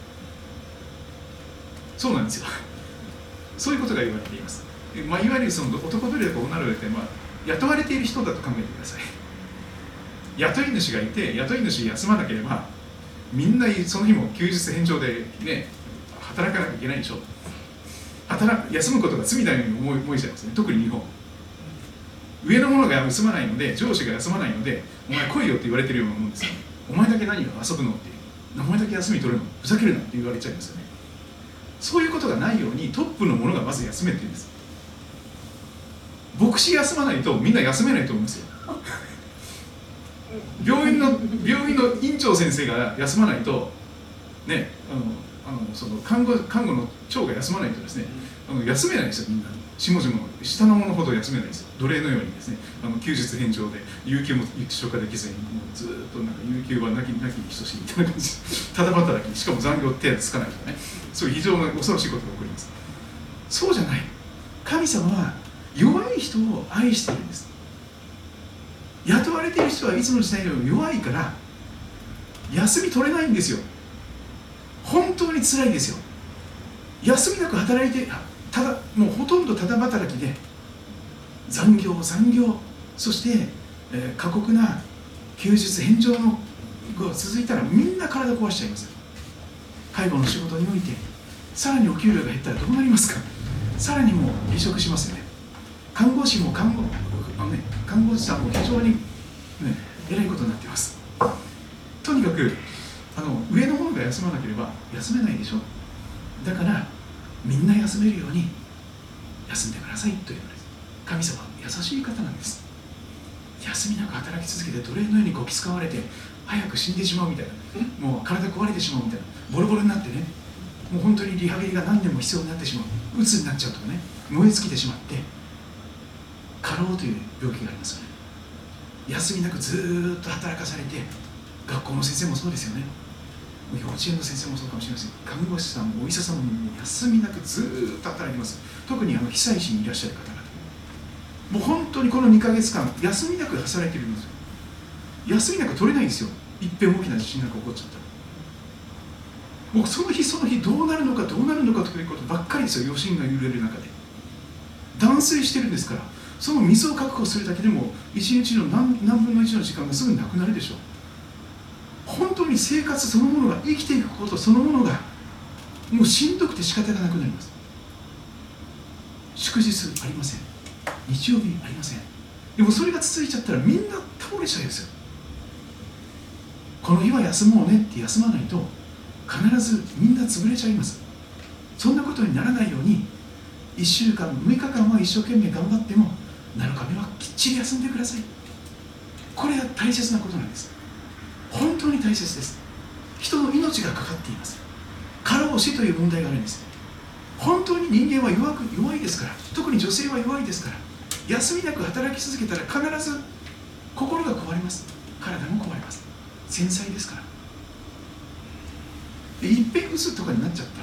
そうなんですよ。そういうことが言われています。まあ、いわゆるその男奴隷とか女奴隷って、まあ、雇われている人だと考えてください。雇い主がいて、雇い主休まなければみんなその日も休日返上でね、働かなきゃいけないでしょ。働休むことが罪だように思い思いちゃいますね。特に日本、上の者が休まないので、上司が休まないので、お前来いよって言われてるようなもんですよ。お前だけ何を遊ぶのっていう、お前だけ休み取るの、ふざけるなって言われちゃいますよね。そういうことがないようにトップの者がまず休めって言うんです。牧師休まないとみんな休めないと思うんですよ。病院の病院の院長先生が休まないとね、あのあのその看護看護の長が休まないとですね、あの休めないですよ。みんな下々の下の者ほど休めないですよ。奴隷のようにですね、あの休日返上で有給も消化できずに、もうずっとなんか有給はなきなきに等しいみたいな感じでただ働き、しかも残業手当つかないとかね、そういう非常に恐ろしいことが起こります。そうじゃない。神様は弱い人を愛しているんです。雇われている人はいつの時代でも弱いから休み取れないんですよ。本当に辛いですよ。休みなく働いて、ただもうほとんどただ働きで残業残業、そして、えー、過酷な休日返上のが続いたらみんな体壊しちゃいますよ。介護の仕事においてさらにお給料が減ったらどうなりますか。さらにもう離職しますよね。看護師も看護あの、ね、看護師さんも非常に、ね、えらいことになっています。とにかくあの上の者が休まなければ休めないでしょ。だからみんな休めるように休んでくださいというのです。神様は優しい方なんです。休みなく働き続けて奴隷のようにこき使われて早く死んでしまうみたいな、もう体壊れてしまうみたいな、ボロボロになってね、もう本当にリハビリが何年も必要になってしまう、うつになっちゃうとかね、燃え尽きてしまって過労という病気がありますよね。休みなくずーっと働かされて、学校の先生もそうですよね、幼稚園の先生もそうかもしれません。看護師さんもお医者さんも休みなくずーっと働いてます。特にあの被災地にいらっしゃる方々、もう本当にこのにかげつかん休みなく働いてるんですよ。休みなく取れないんですよ。いっぺん大きな地震なんか起こっちゃったら、もうその日その日どうなるのかどうなるのかということばっかりですよ。余震が揺れる中で断水してるんですから、その水を確保するだけでもいちにちの 何, 何分のいちの時間がすぐになくなるでしょう。本当に生活そのものが、生きていくことそのものがもうしんどくて仕方がなくなります。祝日ありません、日曜日ありません。でもそれが続いちゃったらみんな倒れちゃうんですよ。この日は休もうねって休まないと必ずみんな潰れちゃいます。そんなことにならないようにいっしゅうかんむいかかんは一生懸命頑張ってもなのかめはきっちり休んでください。これが大切なことなんです。本当に大切です。人の命がかかっています。過労死という問題があるんです。本当に人間は弱く弱いですから、特に女性は弱いですから、休みなく働き続けたら必ず心が壊れます。体も壊れます。繊細ですから。でいっぺんうつとかになっちゃったら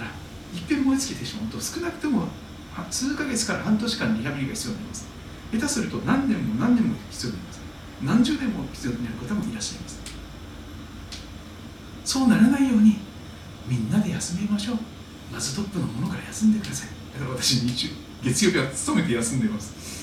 いっぺん燃え尽きてしまうと少なくとも数ヶ月から半年間リハビリが必要になります。下手すると何年も何年も必要になります。何十年も必要になる方もいらっしゃいます。そうならないようにみんなで休みましょう。まずトップのものから休んでください。だから私日中月曜日は勤めて休んでます、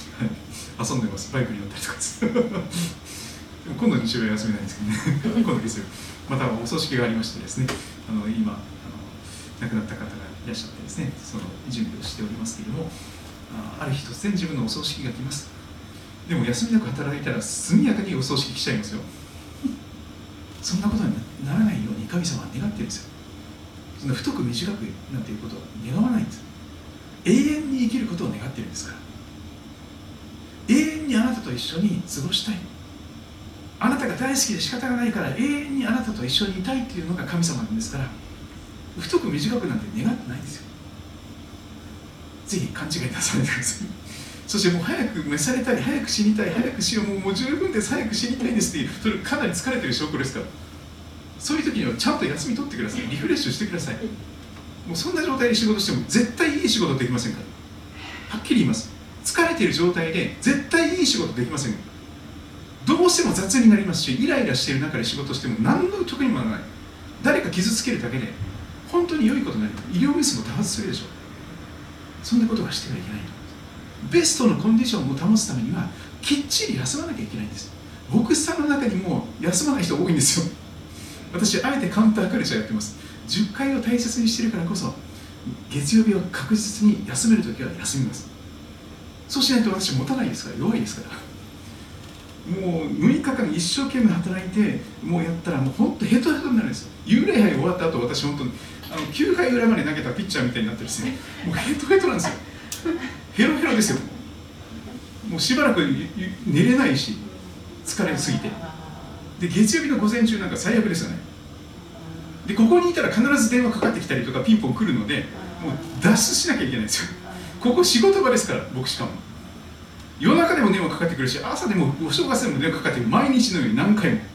はい、遊んでます。バイクに乗ったりとかですでも今度日曜日は休みないんですけどね今度月曜日またお葬式がありましてですね、あの今あの亡くなった方がいらっしゃってですね、その準備をしておりますけれども、 あ, ある日突然自分のお葬式が来ます。でも休みなく働いたら速やかにお葬式来ちゃいますよ。そんなことにならないように神様は願ってるんですよ。そんな太く短くなんていうことは願わないんです。永遠に生きることを願ってるんですから。永遠にあなたと一緒に過ごしたい、あなたが大好きで仕方がないから永遠にあなたと一緒にいたいっていうのが神様なんですから、太く短くなんて願ってないんですよ。ぜひ勘違いなさらないでください。そしてもう早く召されたい、早く死にたい、早く死をもうもう十分です、早く死にたいんですっていう、それかなり疲れてる証拠ですから、そういう時にはちゃんと休み取ってください。リフレッシュしてください。もうそんな状態で仕事しても絶対いい仕事できませんから、はっきり言います。疲れている状態で絶対いい仕事できません。どうしても雑になりますし、イライラしている中で仕事しても何の得にもならない。誰か傷つけるだけで本当に良いことになる。医療ミスも多発するでしょう。そんなことはしてはいけないと。ベストのコンディションを保つためにはきっちり休まなきゃいけないんです。牧師さんの中にも休まない人多いんですよ。私あえてカウンターカルチャーやってます。じゅっかいを大切にしてるからこそ月曜日を確実に休めるときは休みます。そうしないと私持たないですから、弱いですから。もうむいかかん一生懸命働いてもうやったらもう本当ヘトヘトになるんですよ。幽霊杯終わった後、私本当にあのきゅうかい裏まで投げたピッチャーみたいになってですね、もうヘトヘトなんですよ。ヘロヘロですよ。もうしばらく寝れないし疲れすぎて、で月曜日の午前中なんか最悪ですよね。でここにいたら必ず電話かかってきたりとかピンポン来るので、もう脱出しなきゃいけないんですよ。ここ仕事場ですから。僕しかも夜中でも電話かかってくるし、朝でもお正月でも電話かかってくる。毎日のように何回も。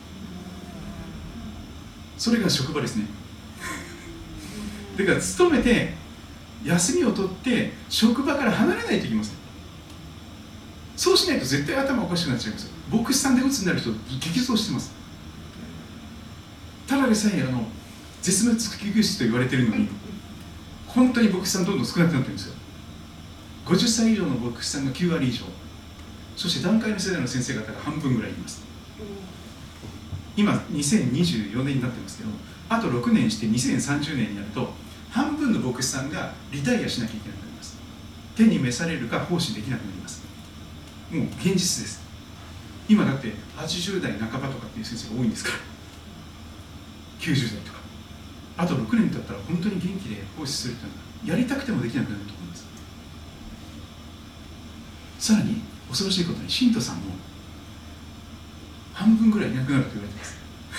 それが職場ですね。だから勤めて休みを取って職場から離れないといけません。そうしないと絶対頭おかしくなっちゃいます。牧師さんで鬱になる人激増してます。ただでさえあの絶滅危惧種と言われているのに、本当に牧師さんどんどん少なくなってるんですよ。ごじゅっさい以上の牧師さんがきゅうわり以上、そして団塊の世代の先生方が半分ぐらいいます。今にせんにじゅうよねんになってますけど、あとろくねんしてにせんさんじゅうねんになると半分の牧師さんがリタイアしなきゃいけなくなります。手に召されるか奉仕できなくなります。もう現実です。今だってはちじゅうだいなかばとかっていう先生が多いんですから、きゅうじゅうだいとか。あとろくねん経ったら本当に元気で奉仕するというのはやりたくてもできなくなると思います。さらに恐ろしいことに信徒さんも半分ぐらいいなくなると言われています。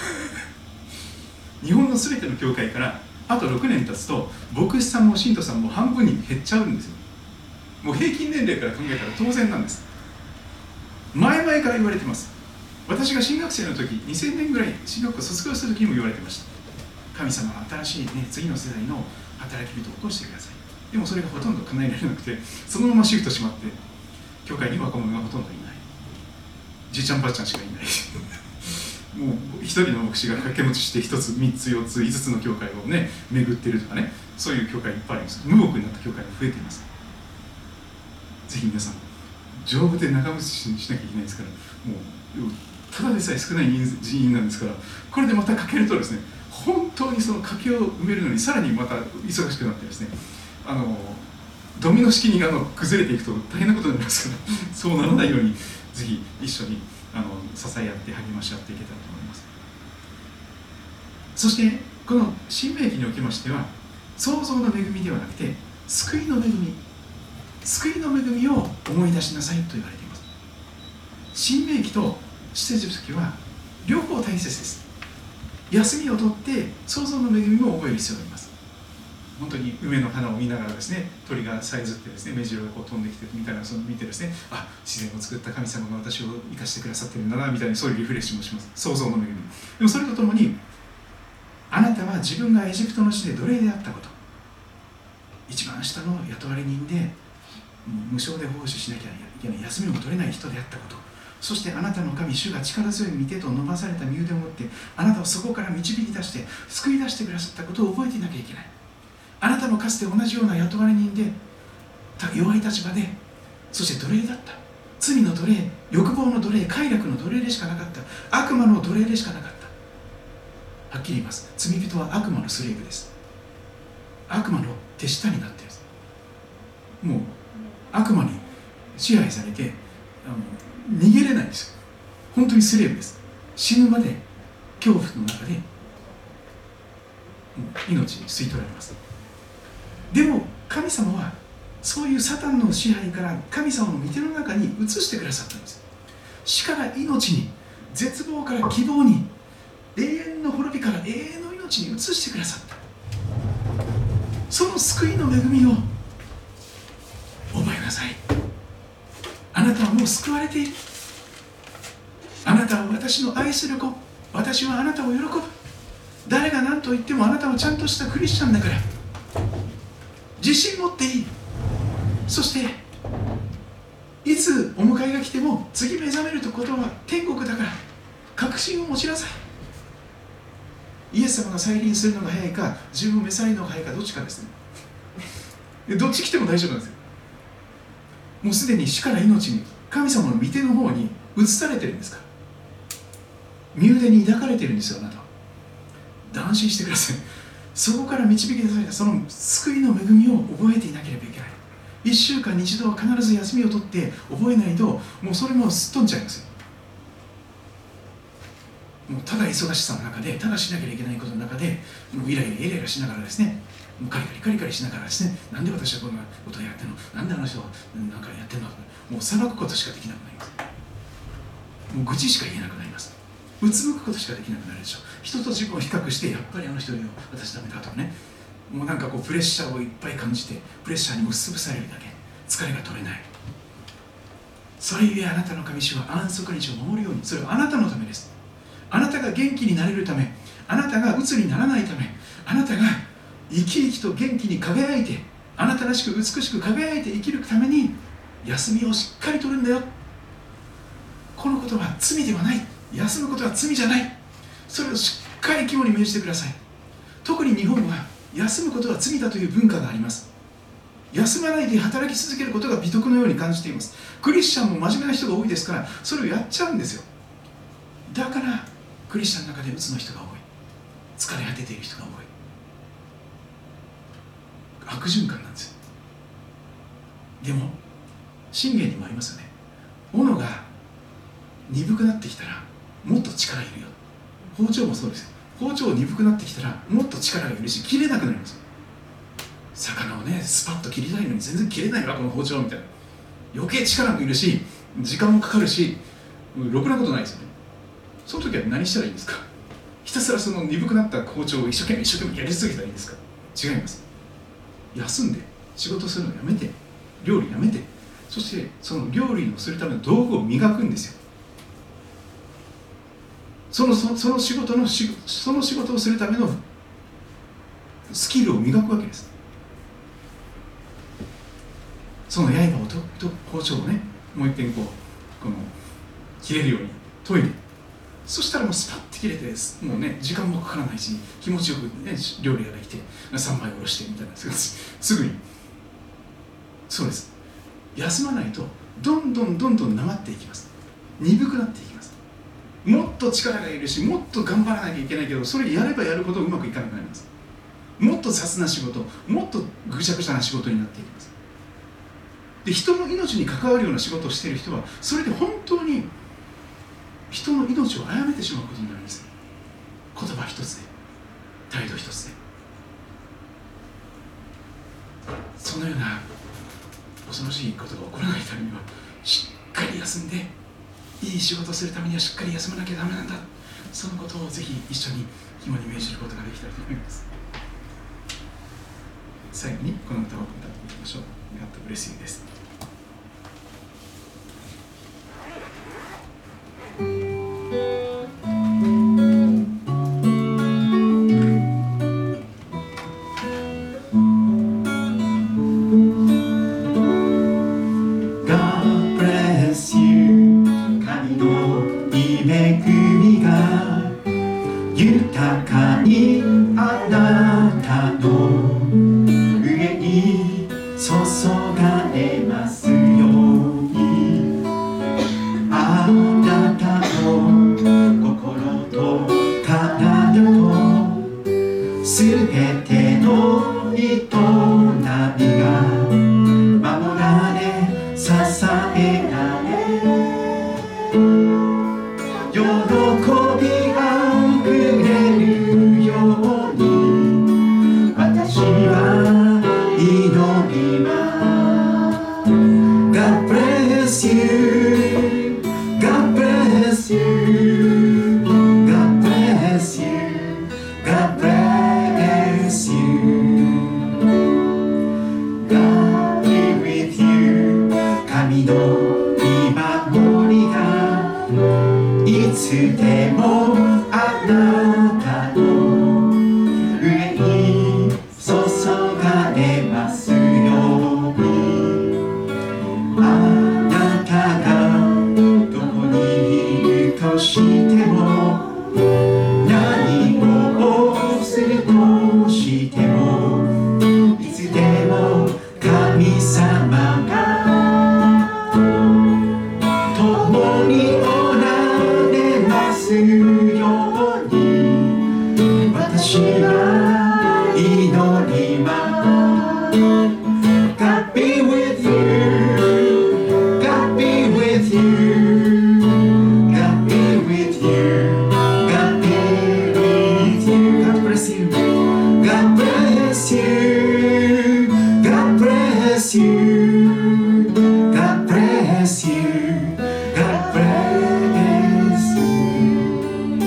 日本のすべての教会からあとろくねん経つと牧師さんも信徒さんも半分に減っちゃうんですよ。もう平均年齢から考えたら当然なんです。前々から言われてます。私が新学生の時、にせんねんぐらい新学校卒業する時にも言われてました。神様は新しい、ね、次の世代の働き人を起こしてください。でもそれがほとんど叶えられなくて、そのままシフトしまって教会に若者がほとんどいない。じいちゃんばあちゃんしかいない。もう一人の牧師が掛け持ちして一つ三つ四つ五つの教会をね巡っているとかね、そういう教会いっぱいあります。無牧になった教会が増えています。ぜひ皆さん丈夫で長持ちしなきゃいけないですから、もうただでさえ少ない人員なんですから、これでまたかけるとですね、本当にその賭けを埋めるのにさらにまた忙しくなってですね、あのドミノ式にあの崩れていくと大変なことになりますからそうならないようにぜひ一緒にあの支え合って励まし合っていけたらと思います。そしてこの新明記におきましては、創造の恵みではなくて救いの恵み、救いの恵みを思い出しなさいと言われています。新明記と出エジプト記は両方大切です。休みを取って創造の恵みも覚える必要があります。本当に梅の花を見ながらですね、鳥がさえずってですね、目白がこう飛んできてみたいな、その見てですね、あ、自然を作った神様が私を生かしてくださってるんだなみたいな、そういうリフレッシュもします。創造の恵み。でもそれとともに、あなたは自分がエジプトの地で奴隷であったこと、 一番下の雇われ人で無償で報酬しなきゃいけない休みも取れない人であったこと、そしてあなたの神主が力強い御手と伸ばされた身腕を持ってあなたをそこから導き出して救い出してくださったことを覚えていなきゃいけない。あなたもかつて同じような雇われ人で弱い立場で、そして奴隷だった。罪の奴隷、欲望の奴隷、快楽の奴隷でしかなかった。悪魔の奴隷でしかなかった。はっきり言います。罪人は悪魔のスレーブです。悪魔の手下になっている。もう悪魔に支配されてあの逃げれないんですよ。本当にスレーブです。死ぬまで恐怖の中でもう命に吸い取られます。でも神様はそういうサタンの支配から神様の御手の中に移してくださったんです。死から命に、絶望から希望に、永遠の滅びから永遠の命に移してくださった。その救いの恵みを覚えなさい。あなたはもう救われている。あなたは私の愛する子。私はあなたを喜ぶ。誰が何と言ってもあなたはちゃんとしたクリスチャンだから、自信持っていい。そしていつお迎えが来ても次目覚めることは天国だから確信を持ちなさい。イエス様が再臨するのが早いか自分を召されるのが早いか、どっちかですね。どっち来ても大丈夫なんですよ。もうすでに死から命に神様の御手の方に移されてるんですから。身腕に抱かれてるんですよ。あなたは安心してください。そこから導き出されたその救いの恵みを覚えていなければいけない。いっしゅうかんに一度は必ず休みを取って覚えないと、もうそれもすっ飛んじゃいますよ。もうただ忙しさの中で、ただしなければいけないことの中で、もうイライライライラしながらですね、もうカリカリカリカリしながらですね、なんで私はこんなことをやってるの、なんであの人はなんかやってるの、もう裁くことしかできなくなります。もう愚痴しか言えなくなります。うつむくことしかできなくなるでしょう。人と自分を比較して、やっぱりあの人より私ダメだとかね、もうなんかこうプレッシャーをいっぱい感じて、プレッシャーに押しつぶされるだけ、疲れが取れない。それゆえあなたの神主は安息日を守るように、それはあなたのためです。あなたが元気になれるため、あなたが鬱にならないため、あなたが生き生きと元気に輝いて、あなたらしく美しく輝いて生きるために休みをしっかり取るんだよ。このことは罪ではない。休むことは罪じゃない。それをしっかり肝に銘じてください。特に日本は休むことは罪だという文化があります。休まないで働き続けることが美徳のように感じています。クリスチャンも真面目な人が多いですから、それをやっちゃうんですよ。だからクリスチャンの中で鬱の人が多い、疲れ果てている人が多い。悪循環なんですよ。でも信玄にもありますよね。斧が鈍くなってきたらもっと力いるよ。包丁もそうですよ。包丁鈍くなってきたらもっと力がいるし、切れなくなります。魚をねスパッと切りたいのに全然切れないわこの包丁みたいな。余計力もいるし時間もかかるし、ろくなことないですよね。その時は何したらいいんですか。ひたすらその鈍くなった包丁を一生懸命一生懸命やり続けたらいいんですか。違います。休んで仕事するのやめて、料理やめて、そしてその料理をするための道具を磨くんですよ。その、そ, その仕事のその仕事をするためのスキルを磨くわけです。その刃をとと包丁をねもう一遍こうこの切れるように研いで、そしたらもうスパッて切れて、もうね時間もかからないし気持ちよく、ね、料理ができてさんまいおろしてみたいな、すぐに。そうです。休まないとどんどんどんどんなまっていきます。鈍くなっていきます。もっと力がいるし、もっと頑張らなきゃいけないけど、それやればやるほどうまくいかなくなります。もっと雑な仕事、もっとぐちゃぐちゃな仕事になっていきます。で、人の命に関わるような仕事をしている人は、それで本当に人の命を殺めてしまうことになるんです。言葉一つで、態度一つで。そのような恐ろしいことが起こらないためには、しっかり休んで、いい仕事をするためにはしっかり休まなきゃダメなんだ。そのことをぜひ一緒に肝に銘じることができたらと思います。最後にこの歌を歌っていきましょう。God bless youです。 God bless you 神の恵みが豊かにあなたの上に注がれますようにあなたの心と体とすべての営みが守られ支えられ喜びあふれるように私は祈ります God bless you God bless you God bless you God bless you God be with you 神の見守りがいつでもあなたの上に注がれますようにあなたがどこにいるとしても何をするとしてもいつでも神様が共におられますように私は祈ります God be with you God be with you God be with you God be with you God bless you God bless you God bless you God bless you God bless you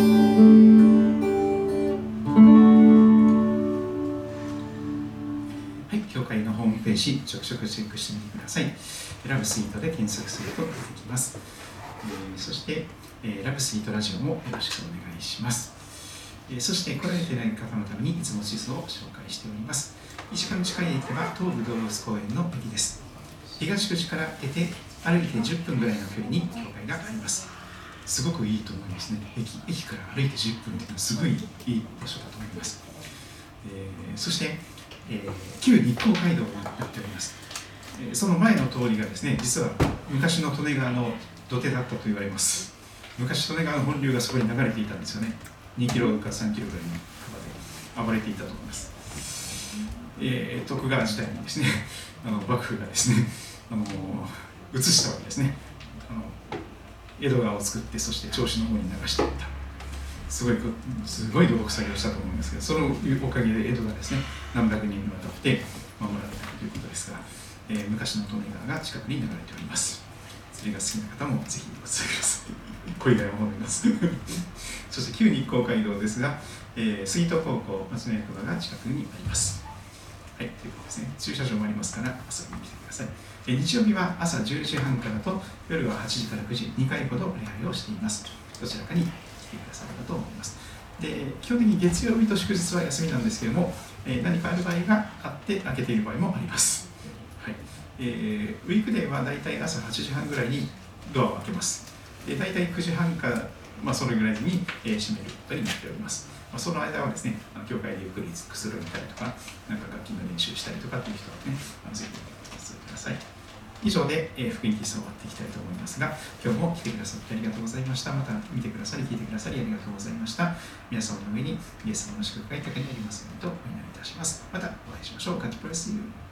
はい、教会のホームページ、ちょくちょくチェックしてみてください。ラブスイートで検索すると出てきます。えー、そして、えー、ラブスイートラジオもよろしくお願いします。えー、そして来られていない方のためにいつも地図を紹介しております。一番近い駅は東武動物公園の駅です。東口から出て歩いてじゅっぷんぐらいの距離に教会があります。すごくいいと思いますね。駅, 駅から歩いてじゅっぷんというのはすごいいい場所だと思います。えー、そして、えー、旧日光街道になっております。えー、その前の通りがですね、実は昔の利根川の土手だったと言われます。昔利根川の本流がそこに流れていたんですよね。にキロかさんキロぐらいの川で暴れていたと思います。えー、徳川時代にですね、あの幕府がですね、あの移したわけですね。あの江戸川を作って、そして銚子の方に流していった。すごい、すごい土木作業をしたと思うんですけど、そのおかげで江戸がですね、何百年にわたって守られたということですが、えー、昔の利根川が近くに流れております。釣りが好きな方もぜひお伝えください。小以外は思います。そして旧日光街道ですが、えー、杉戸高校松の役場が近くにあります。はい、ということですね。駐車場もありますから遊びに来てください。えー、日曜日は朝じゅうじはんからと夜ははちじからくじ、にかいほど礼拝をしています。どちらかに来てくださればと思います。で、基本的に月曜日と祝日は休みなんですけれども、えー、何かある場合があって開けている場合もあります。はい、えー、ウィークデーはだいたい朝はちじはんぐらいにドアを開けます。で、だいたいくじはんから、まあ、それぐらいに、えー、閉めることになっております。まあ、その間はですね、あの教会でゆっくりくつろいだりとか、なんか楽器の練習したりとかっていう人はね、あのぜひお伝えください。以上で、えー、福音キッスを終わっていきたいと思いますが、今日も来てくださってありがとうございました。また見てくださり、聞いてくださりありがとうございました。皆様の上にイエス様の祝福が豊かになりますようにとお祈りいたします。またお会いしましょう。God bless you.